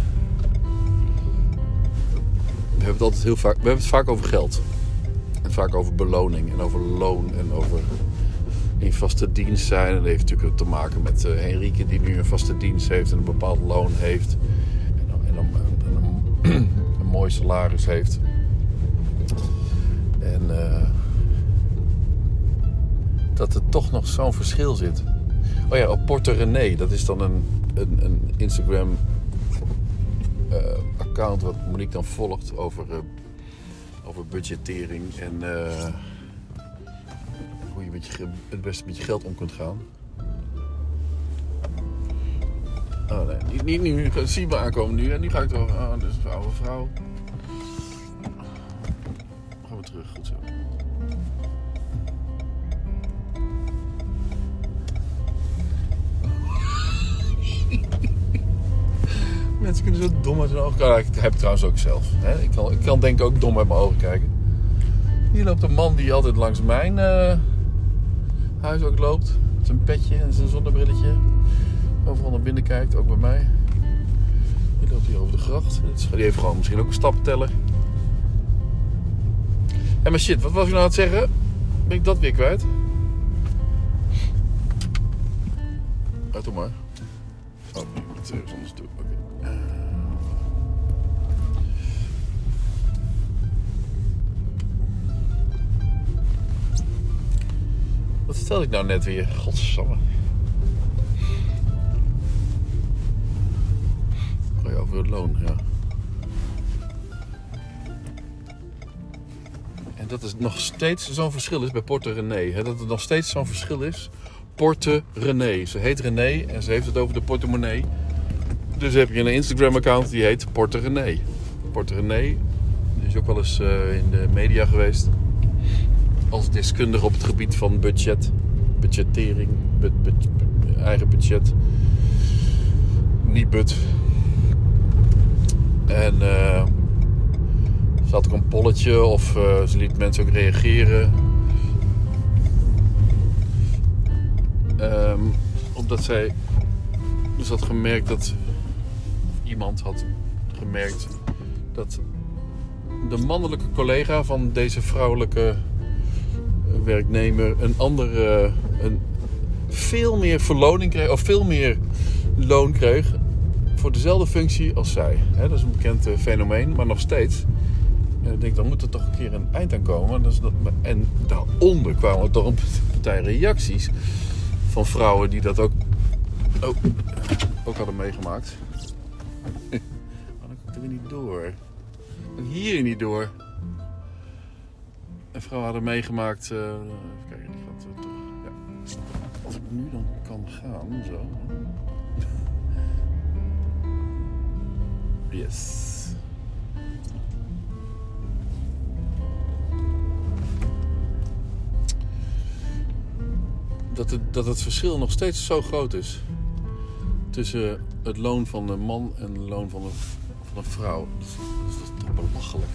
hebben het altijd heel vaak... We hebben het vaak over geld. En vaak over beloning en over loon en over in vaste dienst zijn. En dat heeft natuurlijk te maken met Henrike die nu een vaste dienst heeft en een bepaald loon heeft. En een mooi salaris heeft. En dat er toch nog zo'n verschil zit. Oh ja, op Porte René, dat is dan een Instagram account wat Monique dan volgt over budgettering en hoe je het beste met je geld om kunt gaan. Oh nee, niet nu. Zie me aankomen nu. En nu ga ik toch... Oh, dit is een oude vrouw. Gaan we terug. Goed zo. Mensen kunnen zo dom uit hun ogen kijken. Ik heb het trouwens ook zelf. Hè? Ik kan denk ik ook dom uit mijn ogen kijken. Hier loopt een man die altijd langs mijn huis ook loopt. Met zijn petje en zijn zonnebrilletje. Overal naar binnen kijkt, ook bij mij. Die loopt hier over de gracht. Die heeft gewoon misschien ook een stapteller. En maar shit, wat was ik nou aan het zeggen? Ben ik dat weer kwijt? Doe maar. Oh, ik moet het ergens anders doen. Oké. Wat vertelde ik nou net weer? Godsamme. Oh ja, over het loon, ja. En dat het nog steeds zo'n verschil is bij Porte René. Hè? Dat het nog steeds zo'n verschil is. Porte René. Ze heet René en ze heeft het over de portemonnee. Dus heb je een Instagram-account die heet Porte René. Porte René die is ook wel eens in de media geweest. Als deskundige op het gebied van budgettering, eigen budget, Nibud. En ze had ook een polletje of ze liet mensen ook reageren. Omdat zij dus had gemerkt dat iemand had gemerkt dat de mannelijke collega van deze vrouwelijke werknemer een veel meer verloning kreeg, of veel meer loon kreeg voor dezelfde functie als zij. Dat is een bekend fenomeen, maar nog steeds. En ik denk, dan moet er toch een keer een eind aan komen. En daaronder kwamen toch een partij reacties van vrouwen die dat ook hadden meegemaakt. Maar dan komt er weer niet door. Ook hier niet door. En vrouwen hadden meegemaakt. Even kijken, die gaat toch. Ja. Als ik nu dan kan gaan, zo. Yes. Dat het verschil nog steeds zo groot is tussen het loon van een man en het loon van een vrouw. Dat is toch belachelijk.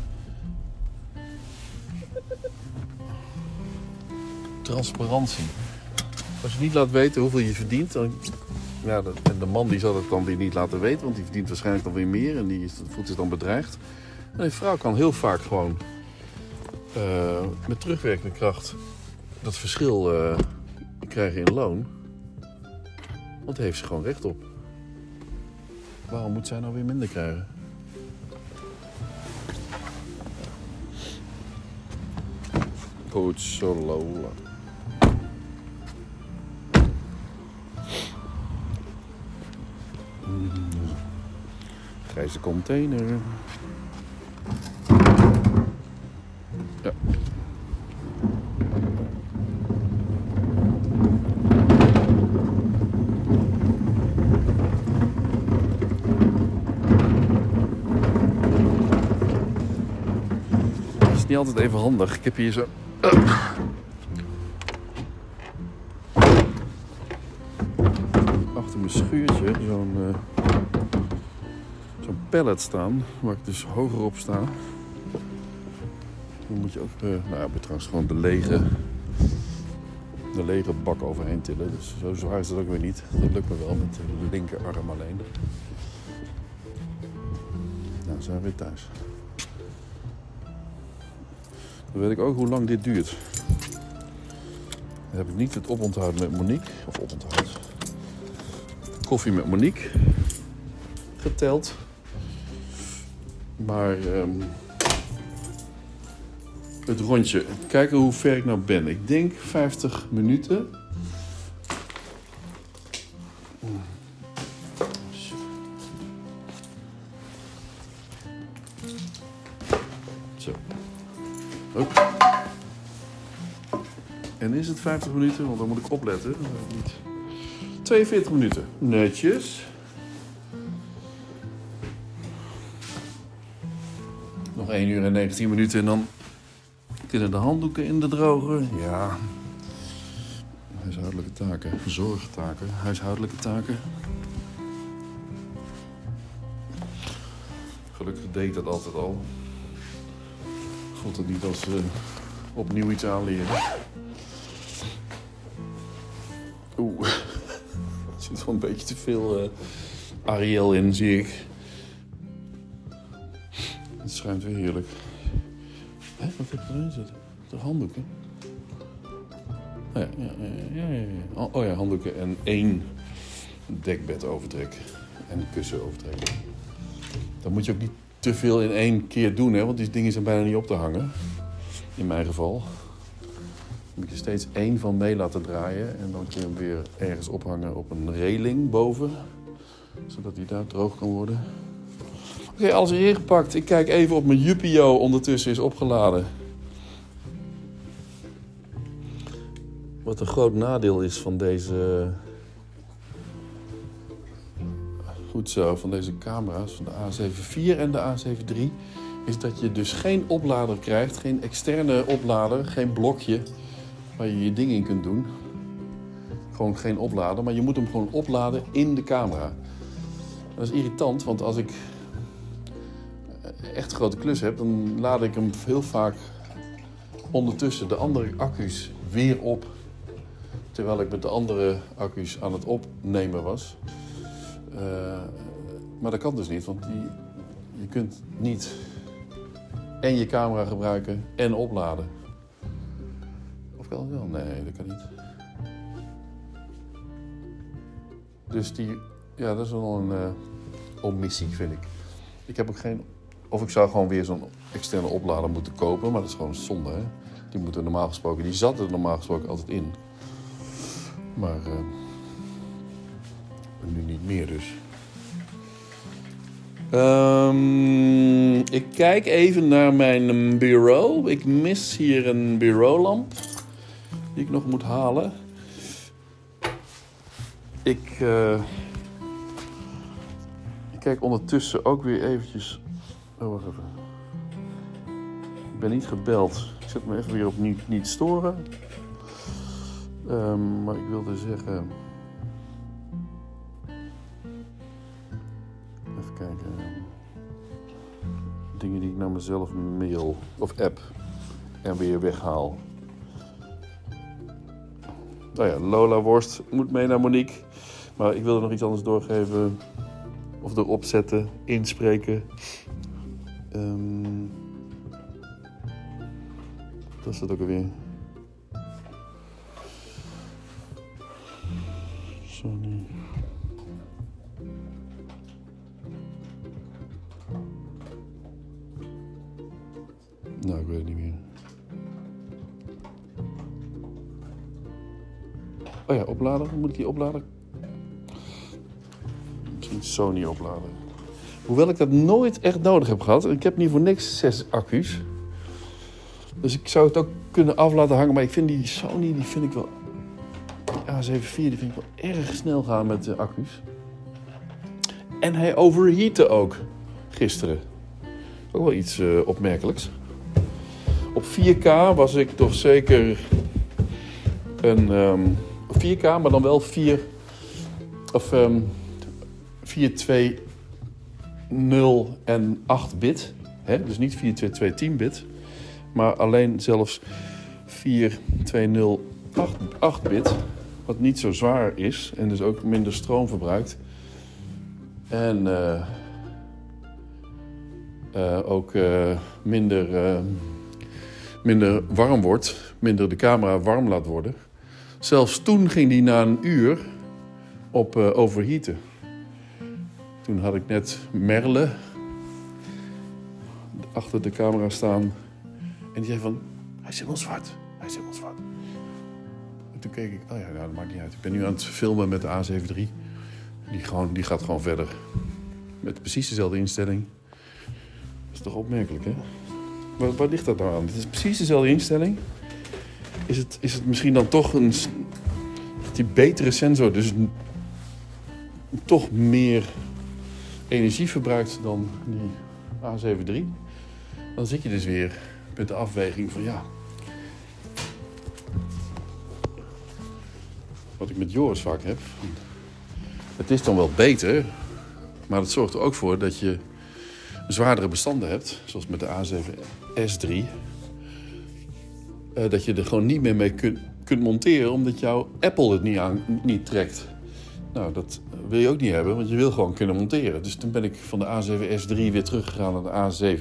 Transparantie. Als je niet laat weten hoeveel je verdient, dan, en de man die zal het dan weer niet laten weten, want die verdient waarschijnlijk dan weer meer en die voelt zich dan bedreigd. En een vrouw kan heel vaak gewoon met terugwerkende kracht dat verschil krijgen in loon. Want daar heeft ze gewoon recht op. Waarom moet zij nou weer minder krijgen? Poetsolola. Grijze container. Ja. niet altijd even handig. Ik heb hier zo... achter mijn schuurtje zo'n pallet staan. Waar ik dus hoger op sta. Dan moet je ook... nou ja, moet je trouwens gewoon de lege bak overheen tillen. Dus zo zwaar is dat ook weer niet. Dat lukt me wel met de linkerarm alleen. Nou, zijn we weer thuis. Dan weet ik ook hoe lang dit duurt. Dan heb ik niet het oponthoud met Monique. Of oponthoud. Koffie met Monique. Geteld. Maar... het rondje. Kijken hoe ver ik nou ben. Ik denk 50 minuten. Zo. Hop. En is het 50 minuten? Want dan moet ik opletten. Niet. 42 minuten. Netjes. Nog 1 uur en 19 minuten en dan... kunnen de handdoeken in de droger? Ja. Huishoudelijke taken. Zorgtaken. Huishoudelijke taken. Gelukkig deed ik dat altijd al. God het niet als opnieuw iets aanleren. Oeh. Er zit wel een beetje te veel Ariel in, zie ik. Het schuimt weer heerlijk. Hé, wat heb je erin zitten? De handdoeken? Oh ja, handdoeken en 1 dekbedovertrek. En kussenovertrek. Dan moet je ook niet te veel in 1 keer doen, hè? Want die dingen zijn bijna niet op te hangen. In mijn geval. Dan moet je steeds 1 van mee laten draaien. En dan kun je hem weer ergens ophangen op een reling boven. Zodat hij daar droog kan worden. Oké, alles ingepakt. Ik kijk even op mijn Jupio. Ondertussen is opgeladen. Wat een groot nadeel is van deze... Goed zo, van deze camera's. Van de A7 IV en de A7 III. Is dat je dus geen oplader krijgt. Geen externe oplader. Geen blokje waar je je ding in kunt doen. Gewoon geen oplader. Maar je moet hem gewoon opladen in de camera. Dat is irritant, want als ik... echt een grote klus heb, dan laad ik hem heel vaak ondertussen de andere accu's weer op. Terwijl ik met de andere accu's aan het opnemen was. Maar dat kan dus niet, want je kunt niet en je camera gebruiken en opladen. Of kan dat wel? Nee, dat kan niet. Dus ja, dat is wel een omissie, vind ik. Ik heb ook geen... Of ik zou gewoon weer zo'n externe oplader moeten kopen. Maar dat is gewoon zonde, hè. Die moeten normaal gesproken... Die zat er normaal gesproken altijd in. Maar... nu niet meer dus. Ik kijk even naar mijn bureau. Ik mis hier een bureaulamp. Die ik nog moet halen. Ik kijk ondertussen ook weer eventjes... Oh, wacht even. Ik ben niet gebeld. Ik zet me even weer op niet storen. Maar ik wilde zeggen... Even kijken. Dingen die ik naar mezelf mail of app en weer weghaal. Nou ja, Lola Worst moet mee naar Monique. Maar ik wilde nog iets anders doorgeven. Of erop zetten, inspreken. Dat is het ook alweer. Sony. Nou, ik weet het niet meer. Oh ja, oplader. Moet ik die oplader? Misschien Sony oplader. Hoewel ik dat nooit echt nodig heb gehad. Ik heb niet voor niks 6 accu's. Dus ik zou het ook kunnen af laten hangen. Maar ik vind die Sony, die vind ik wel... A7 IV, die vind ik wel erg snel gaan met de accu's. En hij overheatte ook gisteren. Ook wel iets opmerkelijks. Op 4K was ik toch zeker een 4K, maar dan wel 420 en 8 bit. Hè? Dus niet 422 10 bit, maar alleen zelfs 420 8 bit. Wat niet zo zwaar is en dus ook minder stroom verbruikt. En ook minder warm wordt, minder de camera warm laat worden. Zelfs toen ging die na een uur op overheaten. Toen had ik net Merle achter de camera staan en die zei van, hij is helemaal zwart. En toen keek ik, oh ja, nou, dat maakt niet uit. Ik ben nu aan het filmen met de A7 III. Die gaat gewoon verder. Met precies dezelfde instelling. Dat is toch opmerkelijk, hè? Waar ligt dat nou aan? Het is precies dezelfde instelling. Is het misschien dan toch die betere sensor dus toch meer energie verbruikt dan die A7 III? Dan zit je dus weer met de afweging van ja. Wat ik met Joris vaak heb. Het is dan wel beter, maar het zorgt er ook voor dat je zwaardere bestanden hebt, zoals met de A7S III. Dat je er gewoon niet meer mee kunt monteren, omdat jouw Apple het niet trekt. Nou, dat wil je ook niet hebben, want je wil gewoon kunnen monteren. Dus toen ben ik van de A7S III weer teruggegaan naar de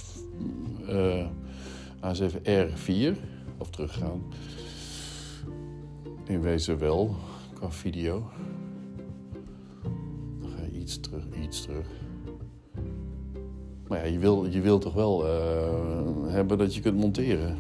A7R4. Of teruggegaan. In wezen wel, qua video. Dan ga je iets terug. Maar ja, je wil toch wel hebben dat je kunt monteren.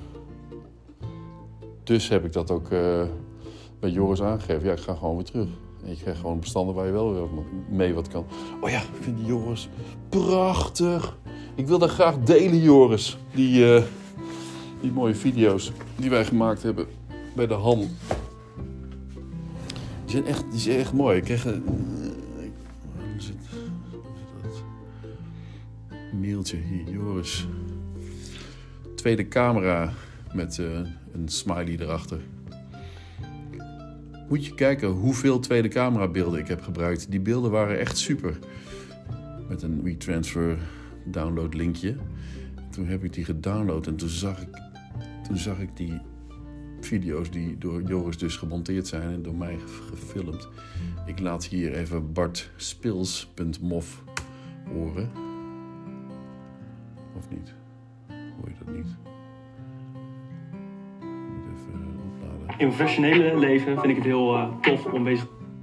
Dus heb ik dat ook bij Joris aangegeven. Ja, ik ga gewoon weer terug. En je krijgt gewoon bestanden waar je wel mee wat kan. Oh ja, ik vind die Joris prachtig. Ik wil dat graag delen, Joris. Die mooie video's die wij gemaakt hebben bij de Han. Die zijn echt mooi. Ik kreeg een mailtje hier, Joris. Tweede camera met een smiley erachter. Moet je kijken hoeveel tweede camera beelden ik heb gebruikt. Die beelden waren echt super. Met een WeTransfer download linkje. Toen heb ik die gedownload en toen zag ik die video's die door Joris dus gemonteerd zijn en door mij gefilmd. Ik laat hier even bartspils.mof horen. Of niet? Hoor je dat niet? Ik moet even opladen. In mijn professionele leven vind ik het heel tof om bezig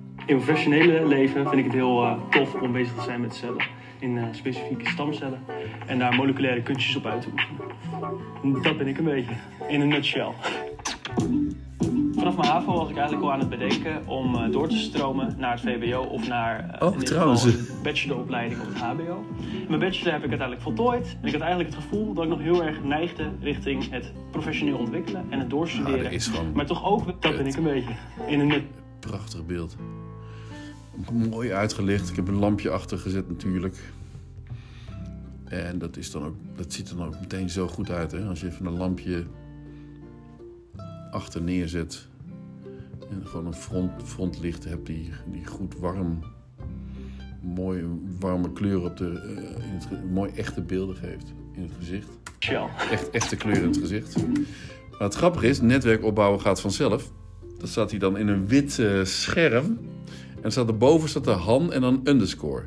te zijn met cellen. In specifieke stamcellen. En daar moleculaire kunstjes op uit te oefenen. Dat ben ik een beetje. In een nutshell. Vanaf mijn HAVO was ik eigenlijk al aan het bedenken om door te stromen naar het VBO of naar een bacheloropleiding op het HBO. Mijn bachelor heb ik uiteindelijk voltooid. En ik had eigenlijk het gevoel dat ik nog heel erg neigde richting het professioneel ontwikkelen en het doorstuderen. Maar toch ook, dat ben ik een beetje. Prachtig beeld. Mooi uitgelicht. Ik heb een lampje achter gezet natuurlijk. En dat ziet er dan ook meteen zo goed uit. Hè? Als je even een lampje achter neerzet en gewoon een frontlicht hebt die goed warm, mooi warme kleur op mooi echte beelden geeft in het gezicht. Echte kleur in het gezicht. Maar het grappige is, netwerk opbouwen gaat vanzelf. Dan staat hij dan in een wit scherm en erboven staat de Han en dan underscore.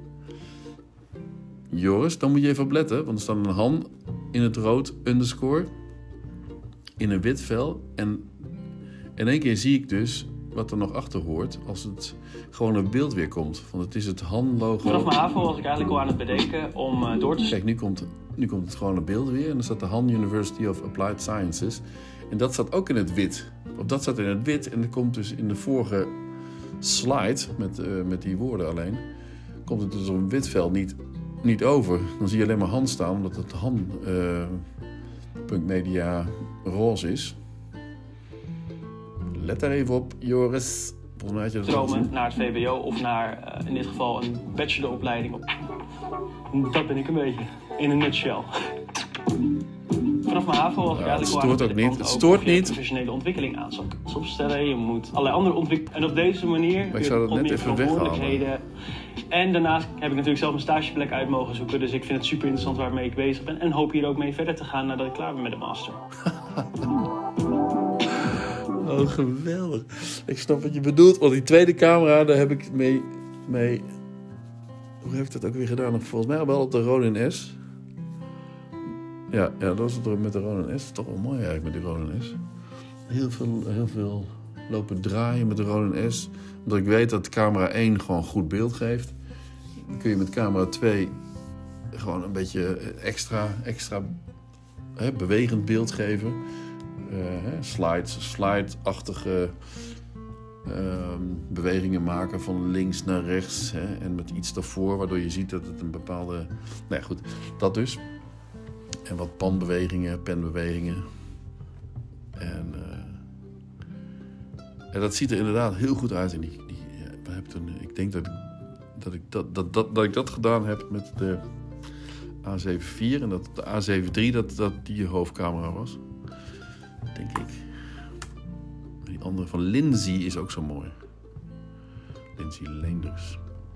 Joris, dan moet je even opletten, want er staat een Han in het rood underscore in een wit vel. En in één keer zie ik dus wat er nog achter hoort als het gewoon een beeld weer komt. Want het is het Han-logo. Vanaf mijn HAVO was ik eigenlijk al aan het bedenken om door te... Kijk, nu komt het gewoon een beeld weer. En dan staat de Han University of Applied Sciences. En dat staat ook in het wit. Of dat staat in het wit. En dat komt dus in de vorige slide, met die woorden alleen, komt het dus op een wit vel niet over. Dan zie je alleen maar Han staan, omdat het Han.media roze is. Let daar even op, Joris. Volgens mij had je dat stromen naar het VBO of naar, in dit geval, een bacheloropleiding. Dat ben ik een beetje. In een nutshell. Vanaf vanaf mijn HAVO was ik eigenlijk het stoort ook niet. Het stoort niet. Professionele ontwikkeling aan zou opstellen. Je moet allerlei andere ontwikkelingen. En op deze manier maar ik zou dat net even weghalen. En daarnaast heb ik natuurlijk zelf mijn stageplek uit mogen zoeken. Dus ik vind het super interessant waarmee ik bezig ben. En hoop hier ook mee verder te gaan nadat ik klaar ben met de master. Oh, geweldig. Ik snap wat je bedoelt. Want die tweede camera, daar heb ik mee... Hoe heb ik dat ook weer gedaan? Volgens mij wel op de Ronin S. Ja, dat was het met de Ronin S. Toch wel mooi eigenlijk met die Ronin S. Heel veel lopen draaien met de Ronin S. Omdat ik weet dat camera 1 gewoon goed beeld geeft. Dan kun je met camera 2 gewoon een beetje extra bewegend beeld geven. Slide-achtige bewegingen maken van links naar rechts. En met iets daarvoor, waardoor je ziet dat het een bepaalde... Nou ja, goed, dat dus. En wat penbewegingen. En dat ziet er inderdaad heel goed uit. En ik denk dat ik dat gedaan heb met de A7 IV. En dat de A7 III dat die hoofdcamera was. Denk ik. Die andere van Lindsay is ook zo mooi. Lindsay Leenders.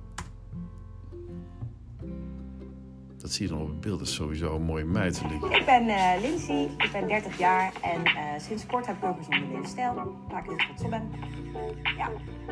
Dat zie je dan op het beeld. Dat is sowieso een mooie meid. Ik ben Lindsay, ik ben 30 jaar en sinds kort heb ik ook een zonderlinge stijl. Waar ik heel trots op ben. Ja.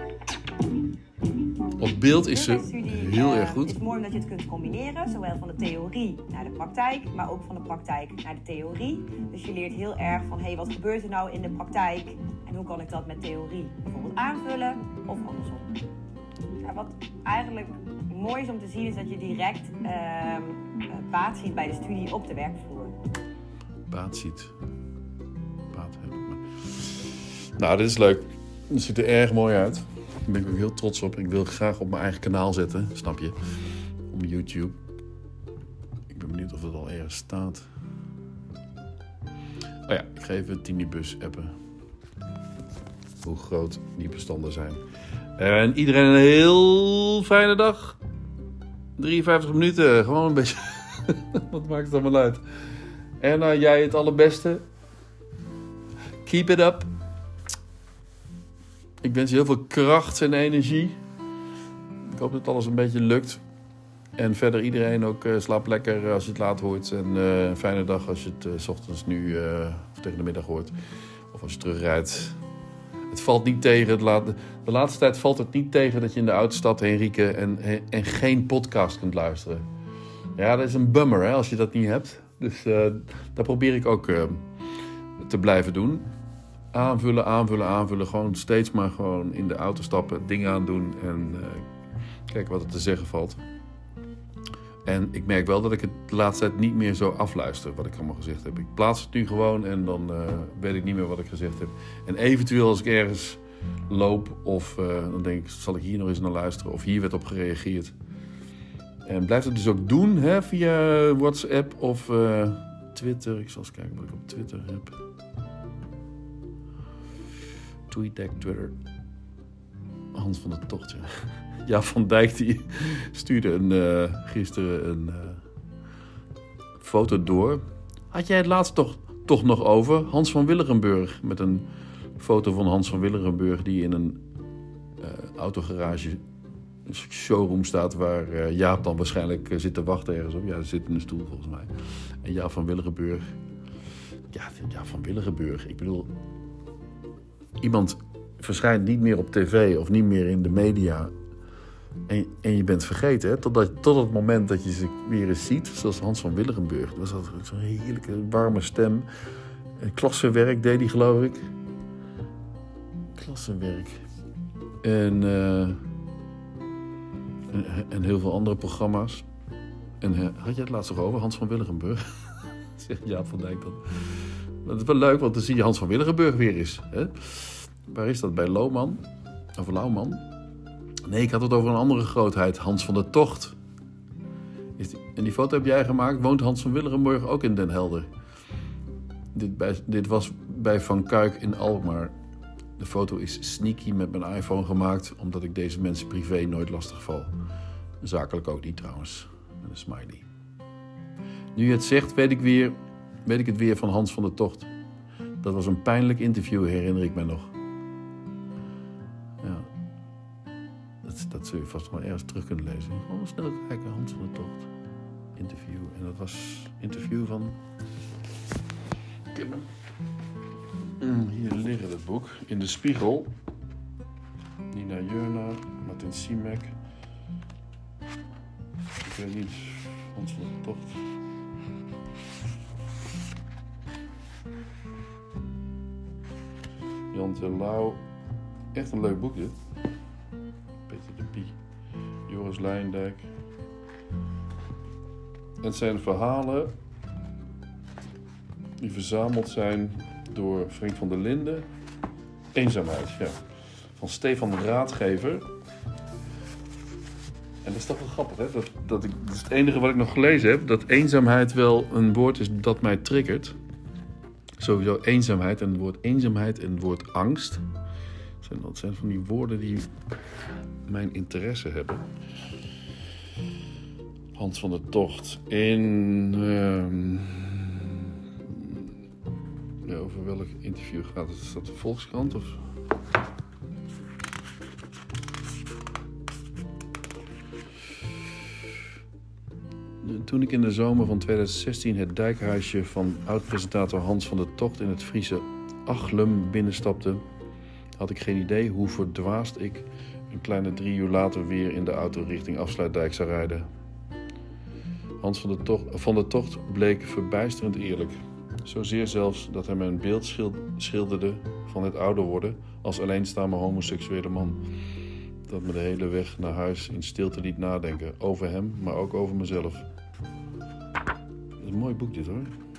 Op beeld is ze heel erg goed. Het is mooi omdat je het kunt combineren, zowel van de theorie naar de praktijk, maar ook van de praktijk naar de theorie. Dus je leert heel erg van, wat gebeurt er nou in de praktijk en hoe kan ik dat met theorie bijvoorbeeld aanvullen of andersom. Ja, wat eigenlijk mooi is om te zien is dat je direct baat ziet bij de studie op de werkvloer. Baat ziet. Nou, dit is leuk. Het ziet er erg mooi uit. Daar ben ik ook heel trots op. Ik wil het graag op mijn eigen kanaal zetten, snap je? Op YouTube. Ik ben benieuwd of het al ergens staat. Oh ja, ik ga even Tinibus appen. Hoe groot die bestanden zijn. En iedereen een heel fijne dag. 53 minuten. Gewoon een beetje. Wat maakt het allemaal uit? En jij het allerbeste. Keep it up. Ik wens je heel veel kracht en energie. Ik hoop dat alles een beetje lukt. En verder iedereen ook slaap lekker als je het laat hoort. En een fijne dag als je het 's ochtends nu of tegen de middag hoort. Of als je terugrijdt. Het valt niet tegen. De laatste tijd valt het niet tegen dat je in de auto stapt, Henrike, en geen podcast kunt luisteren. Ja, dat is een bummer hè, als je dat niet hebt. Dus dat probeer ik ook te blijven doen. Aanvullen. Gewoon steeds maar gewoon in de auto stappen, dingen aan doen en kijken wat er te zeggen valt. En ik merk wel dat ik het de laatste tijd niet meer zo afluister wat ik allemaal gezegd heb. Ik plaats het nu gewoon en dan weet ik niet meer wat ik gezegd heb. En eventueel als ik ergens loop of dan denk ik, zal ik hier nog eens naar luisteren of hier werd op gereageerd. En blijf het dus ook doen hè, via WhatsApp of Twitter. Ik zal eens kijken wat ik op Twitter heb. TweetDeck Twitter. Hans van der Tocht, ja. Ja, Van Dijk die stuurde gisteren een foto door. Had jij het laatst toch nog over? Hans van Willigenburg. Met een foto van Hans van Willigenburg die in een autogarage showroom staat waar Jaap dan waarschijnlijk zit te wachten ergens op. Ja, hij zit in een stoel volgens mij. En Jaap van Willigenburg. Ja, Jaap van Willigenburg. Ik bedoel, iemand verschijnt niet meer op tv of niet meer in de media. En je bent vergeten, hè? Tot het moment dat je ze weer eens ziet. Zoals Hans van Willigenburg. Dat was altijd zo'n heerlijke, warme stem. Klassenwerk deed hij, geloof ik. Klassenwerk. En heel veel andere programma's. En had je het laatst nog over? Hans van Willigenburg? Zegt Jaap van Dijk dan. Dat is wel leuk, want dan zie je Hans van Willigenburg weer eens. Hè? Waar is dat? Bij Lohman? Of Lauwman? Nee, ik had het over een andere grootheid. Hans van der Tocht. En die foto heb jij gemaakt. Woont Hans van Willigenburg ook in Den Helder? Dit was bij Van Kuik in Alkmaar. De foto is sneaky met mijn iPhone gemaakt, omdat ik deze mensen privé nooit lastig val. Zakelijk ook niet trouwens. Met een smiley. Nu je het zegt, weet ik weer weet ik het weer van Hans van der Togt. Dat was een pijnlijk interview, herinner ik mij nog. Ja. Dat zul je vast wel ergens terug kunnen lezen. Gewoon snel kijken, Hans van der Togt. Interview. En dat was interview van... Hier liggen het boek. In de Spiegel. Nina Jurna, Martin Simek. Ik weet niet, Hans van der Togt. Jan Terlouw. Echt een leuk boek dit. Peter de Pie. Joris Leijendijk. En het zijn verhalen die verzameld zijn door Frank van der Linden. Eenzaamheid, ja. Van Stefan de Raadgever. En dat is toch wel grappig, hè? Dat is het enige wat ik nog gelezen heb. Dat eenzaamheid wel een woord is dat mij triggert. Sowieso eenzaamheid en het woord eenzaamheid en het woord angst. Dat zijn van die woorden die mijn interesse hebben. Hans van der Togt over welk interview gaat het? Is dat de Volkskrant of... Toen ik in de zomer van 2016 het dijkhuisje van oud-presentator Hans van der Togt in het Friese Achlum binnenstapte, had ik geen idee hoe verdwaasd ik een kleine 3 uur later weer in de auto richting Afsluitdijk zou rijden. Hans van der Togt bleek verbijsterend eerlijk. Zozeer zelfs dat hij me een beeld schilderde van het ouder worden als alleenstaande homoseksuele man. Dat me de hele weg naar huis in stilte liet nadenken. Over hem, maar ook over mezelf. Het is een mooi boek dit hoor.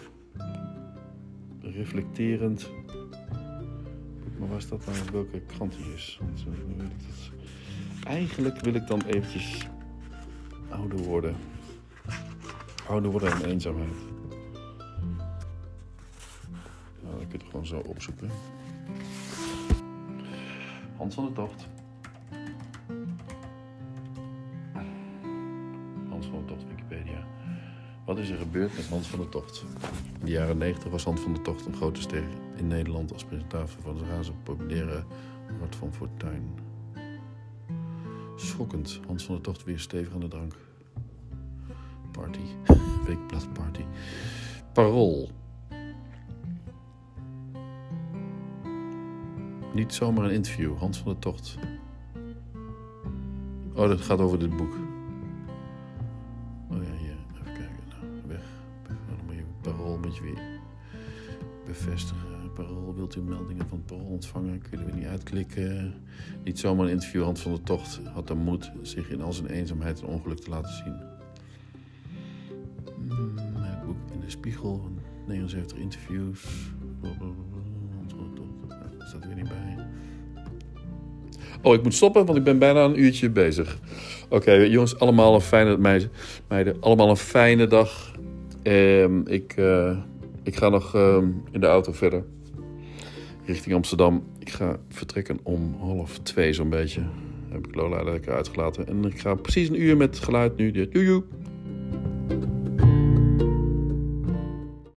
Reflecterend. Maar waar staat nou welke krant die is? Eigenlijk wil ik dan eventjes ouder worden. Ouder worden en eenzaamheid. Nou, dan kun je het gewoon zo opzoeken. Hans van der Togt. Hans van der Togt, Wikipedia. Wat is er gebeurd met Hans van der Togt? In de jaren 90 was Hans van der Togt een grote ster in Nederland als presentator van het razend populaire Rad van Fortuin. Schokkend, Hans van der Togt weer stevig aan de drank. Party, weekblad Party. Parool. Niet zomaar een interview, Hans van der Togt. Oh, dat gaat over dit boek. Oh ja, hier, even kijken. Nou, weg. Dan moet je Parool met je weer bevestigen. Parool, wilt u meldingen van Parool ontvangen? Kunnen we niet uitklikken. Niet zomaar een interview, Hans van der Togt had de moed zich in al zijn eenzaamheid en ongeluk te laten zien. Het boek in de Spiegel, 79 interviews. Dat staat er weer niet bij. Oh, ik moet stoppen, want ik ben bijna een uurtje bezig. Oké, jongens, allemaal een fijne meiden, allemaal een fijne dag. Ik ga nog in de auto verder richting Amsterdam. Ik ga vertrekken om 1:30 zo'n beetje. Heb ik Lola lekker uitgelaten. En ik ga precies een uur met geluid nu. Joejoe.